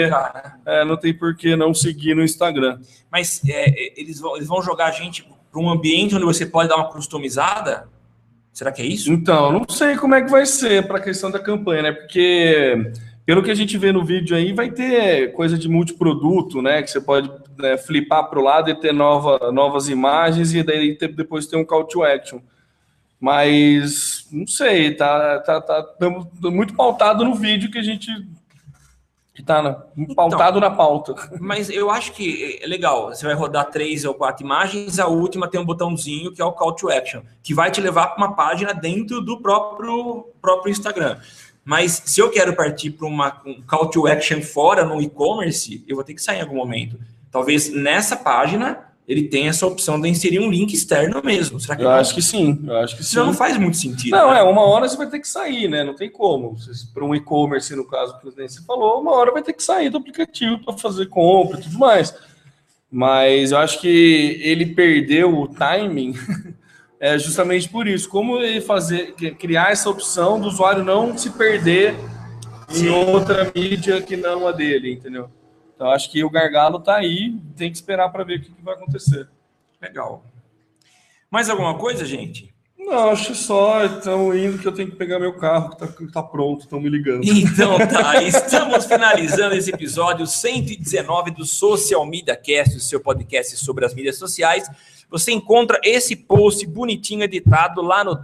Speaker 3: tem por que não seguir no Instagram.
Speaker 2: Mas eles vão jogar a gente para um ambiente onde você pode dar uma customizada? Será que é isso?
Speaker 3: Então, não sei como é que vai ser para a questão da campanha, né? Porque, pelo que a gente vê no vídeo aí, vai ter coisa de multiproduto, né? Que você pode flipar para o lado e ter novas imagens e daí depois ter um call to action. Mas, não sei, tá muito pautado no vídeo que a gente... pautado na pauta.
Speaker 2: Mas eu acho que é legal. Você vai rodar 3 ou 4 imagens, a última tem um botãozinho que é o call to action, que vai te levar para uma página dentro do próprio Instagram. Mas se eu quero partir para um call to action fora no e-commerce, eu vou ter que sair em algum momento. Talvez nessa página ele tem essa opção de inserir um link externo mesmo. Será que
Speaker 3: eu acho que sim.
Speaker 2: Isso não faz muito sentido.
Speaker 3: Não, né? Uma hora você vai ter que sair, né? Não tem como. Para um e-commerce, no caso que você falou, uma hora vai ter que sair do aplicativo para fazer compra e tudo mais. Mas eu acho que ele perdeu o timing justamente por isso. Como ele criar essa opção do usuário não se perder em outra mídia que não a dele, entendeu? Então, acho que o gargalo está aí, tem que esperar para ver o que vai acontecer.
Speaker 2: Legal. Mais alguma coisa, gente?
Speaker 3: Não, acho que só estão indo que eu tenho que pegar meu carro, que tá pronto, estão me ligando.
Speaker 2: Então tá, estamos finalizando esse episódio 119 do Social Media Cast, o seu podcast sobre as mídias sociais. Você encontra esse post bonitinho editado lá no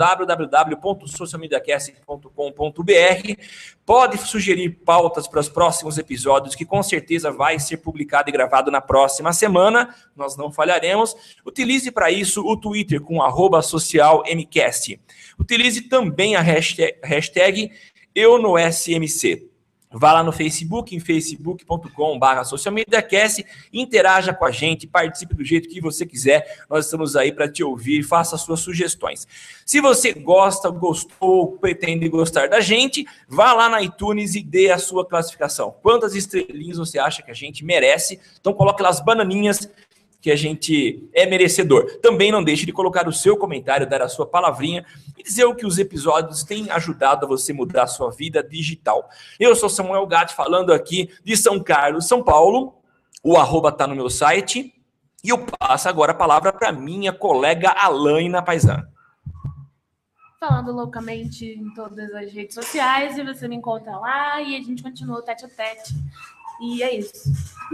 Speaker 2: www.socialmediacast.com.br. Pode sugerir pautas para os próximos episódios, que com certeza vai ser publicado e gravado na próxima semana. Nós não falharemos. Utilize para isso o Twitter com @socialmcast. Utilize também a hashtag #EuNoSMC. Vá lá no Facebook, em facebook.com/socialmediacast, interaja com a gente, participe do jeito que você quiser. Nós estamos aí para te ouvir, faça suas sugestões. Se você gostou, pretende gostar da gente, vá lá na iTunes e dê a sua classificação. Quantas estrelinhas você acha que a gente merece? Então coloque lá as bananinhas que a gente é merecedor. Também não deixe de colocar o seu comentário, dar a sua palavrinha e dizer o que os episódios têm ajudado a você mudar a sua vida digital. Eu sou Samuel Gatti, falando aqui de São Carlos, São Paulo. O @ tá no meu site. E eu passo agora a palavra para minha colega Alaina Paisan.
Speaker 4: Falando loucamente em todas as redes sociais, e você me encontra lá e a gente continua o tete-a-tete. E é isso.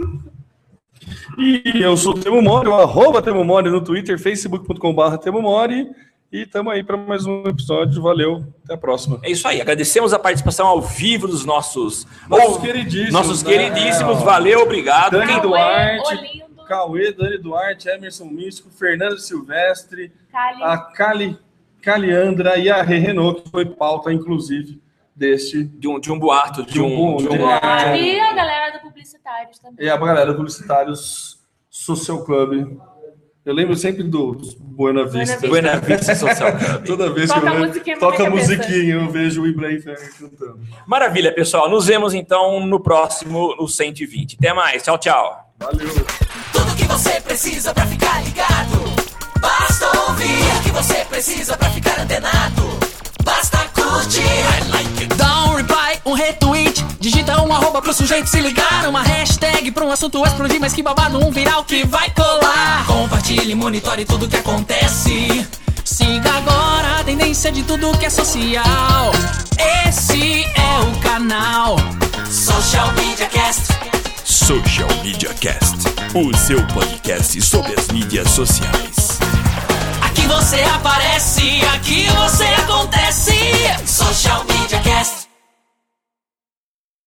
Speaker 3: E eu sou o Temo Mori, o @Temo Mori no Twitter, facebook.com/Temo Mori. E estamos aí para mais um episódio. Valeu, até a próxima.
Speaker 2: É isso aí, agradecemos a participação ao vivo dos nossos queridíssimos. Valeu, obrigado.
Speaker 3: Dani Duarte, Cauê, Dani Duarte, Emerson Místico, Fernando Silvestre, a Caliandra e a Renault, que foi pauta, inclusive, de um boato.
Speaker 4: E a galera do Publicitários também.
Speaker 3: E a galera do Publicitários Social Club. Eu lembro sempre do Buena Vista
Speaker 2: Social Club.
Speaker 3: Toda vez que eu toca a musiquinha, eu vejo o Ibrahim cantando.
Speaker 2: Maravilha, pessoal. Nos vemos, então, no próximo, no 120. Até mais. Tchau, tchau.
Speaker 3: Valeu.
Speaker 1: Tudo que você precisa pra ficar ligado. Basta ouvir o que você precisa pra ficar antenado. Basta curtir. I like it.
Speaker 5: Dá um reply, um retweet. Digita @ pro sujeito se ligar. Uma hashtag pra um assunto explodir. Mas que babado, um viral que vai colar.
Speaker 1: Compartilhe, monitore tudo que acontece.
Speaker 5: Siga agora a tendência de tudo que é social. Esse é o canal
Speaker 1: Social Media Cast.
Speaker 6: Social Media Cast, o seu podcast sobre as mídias sociais.
Speaker 1: Aqui você aparece, aqui você acontece. Social Media Cast.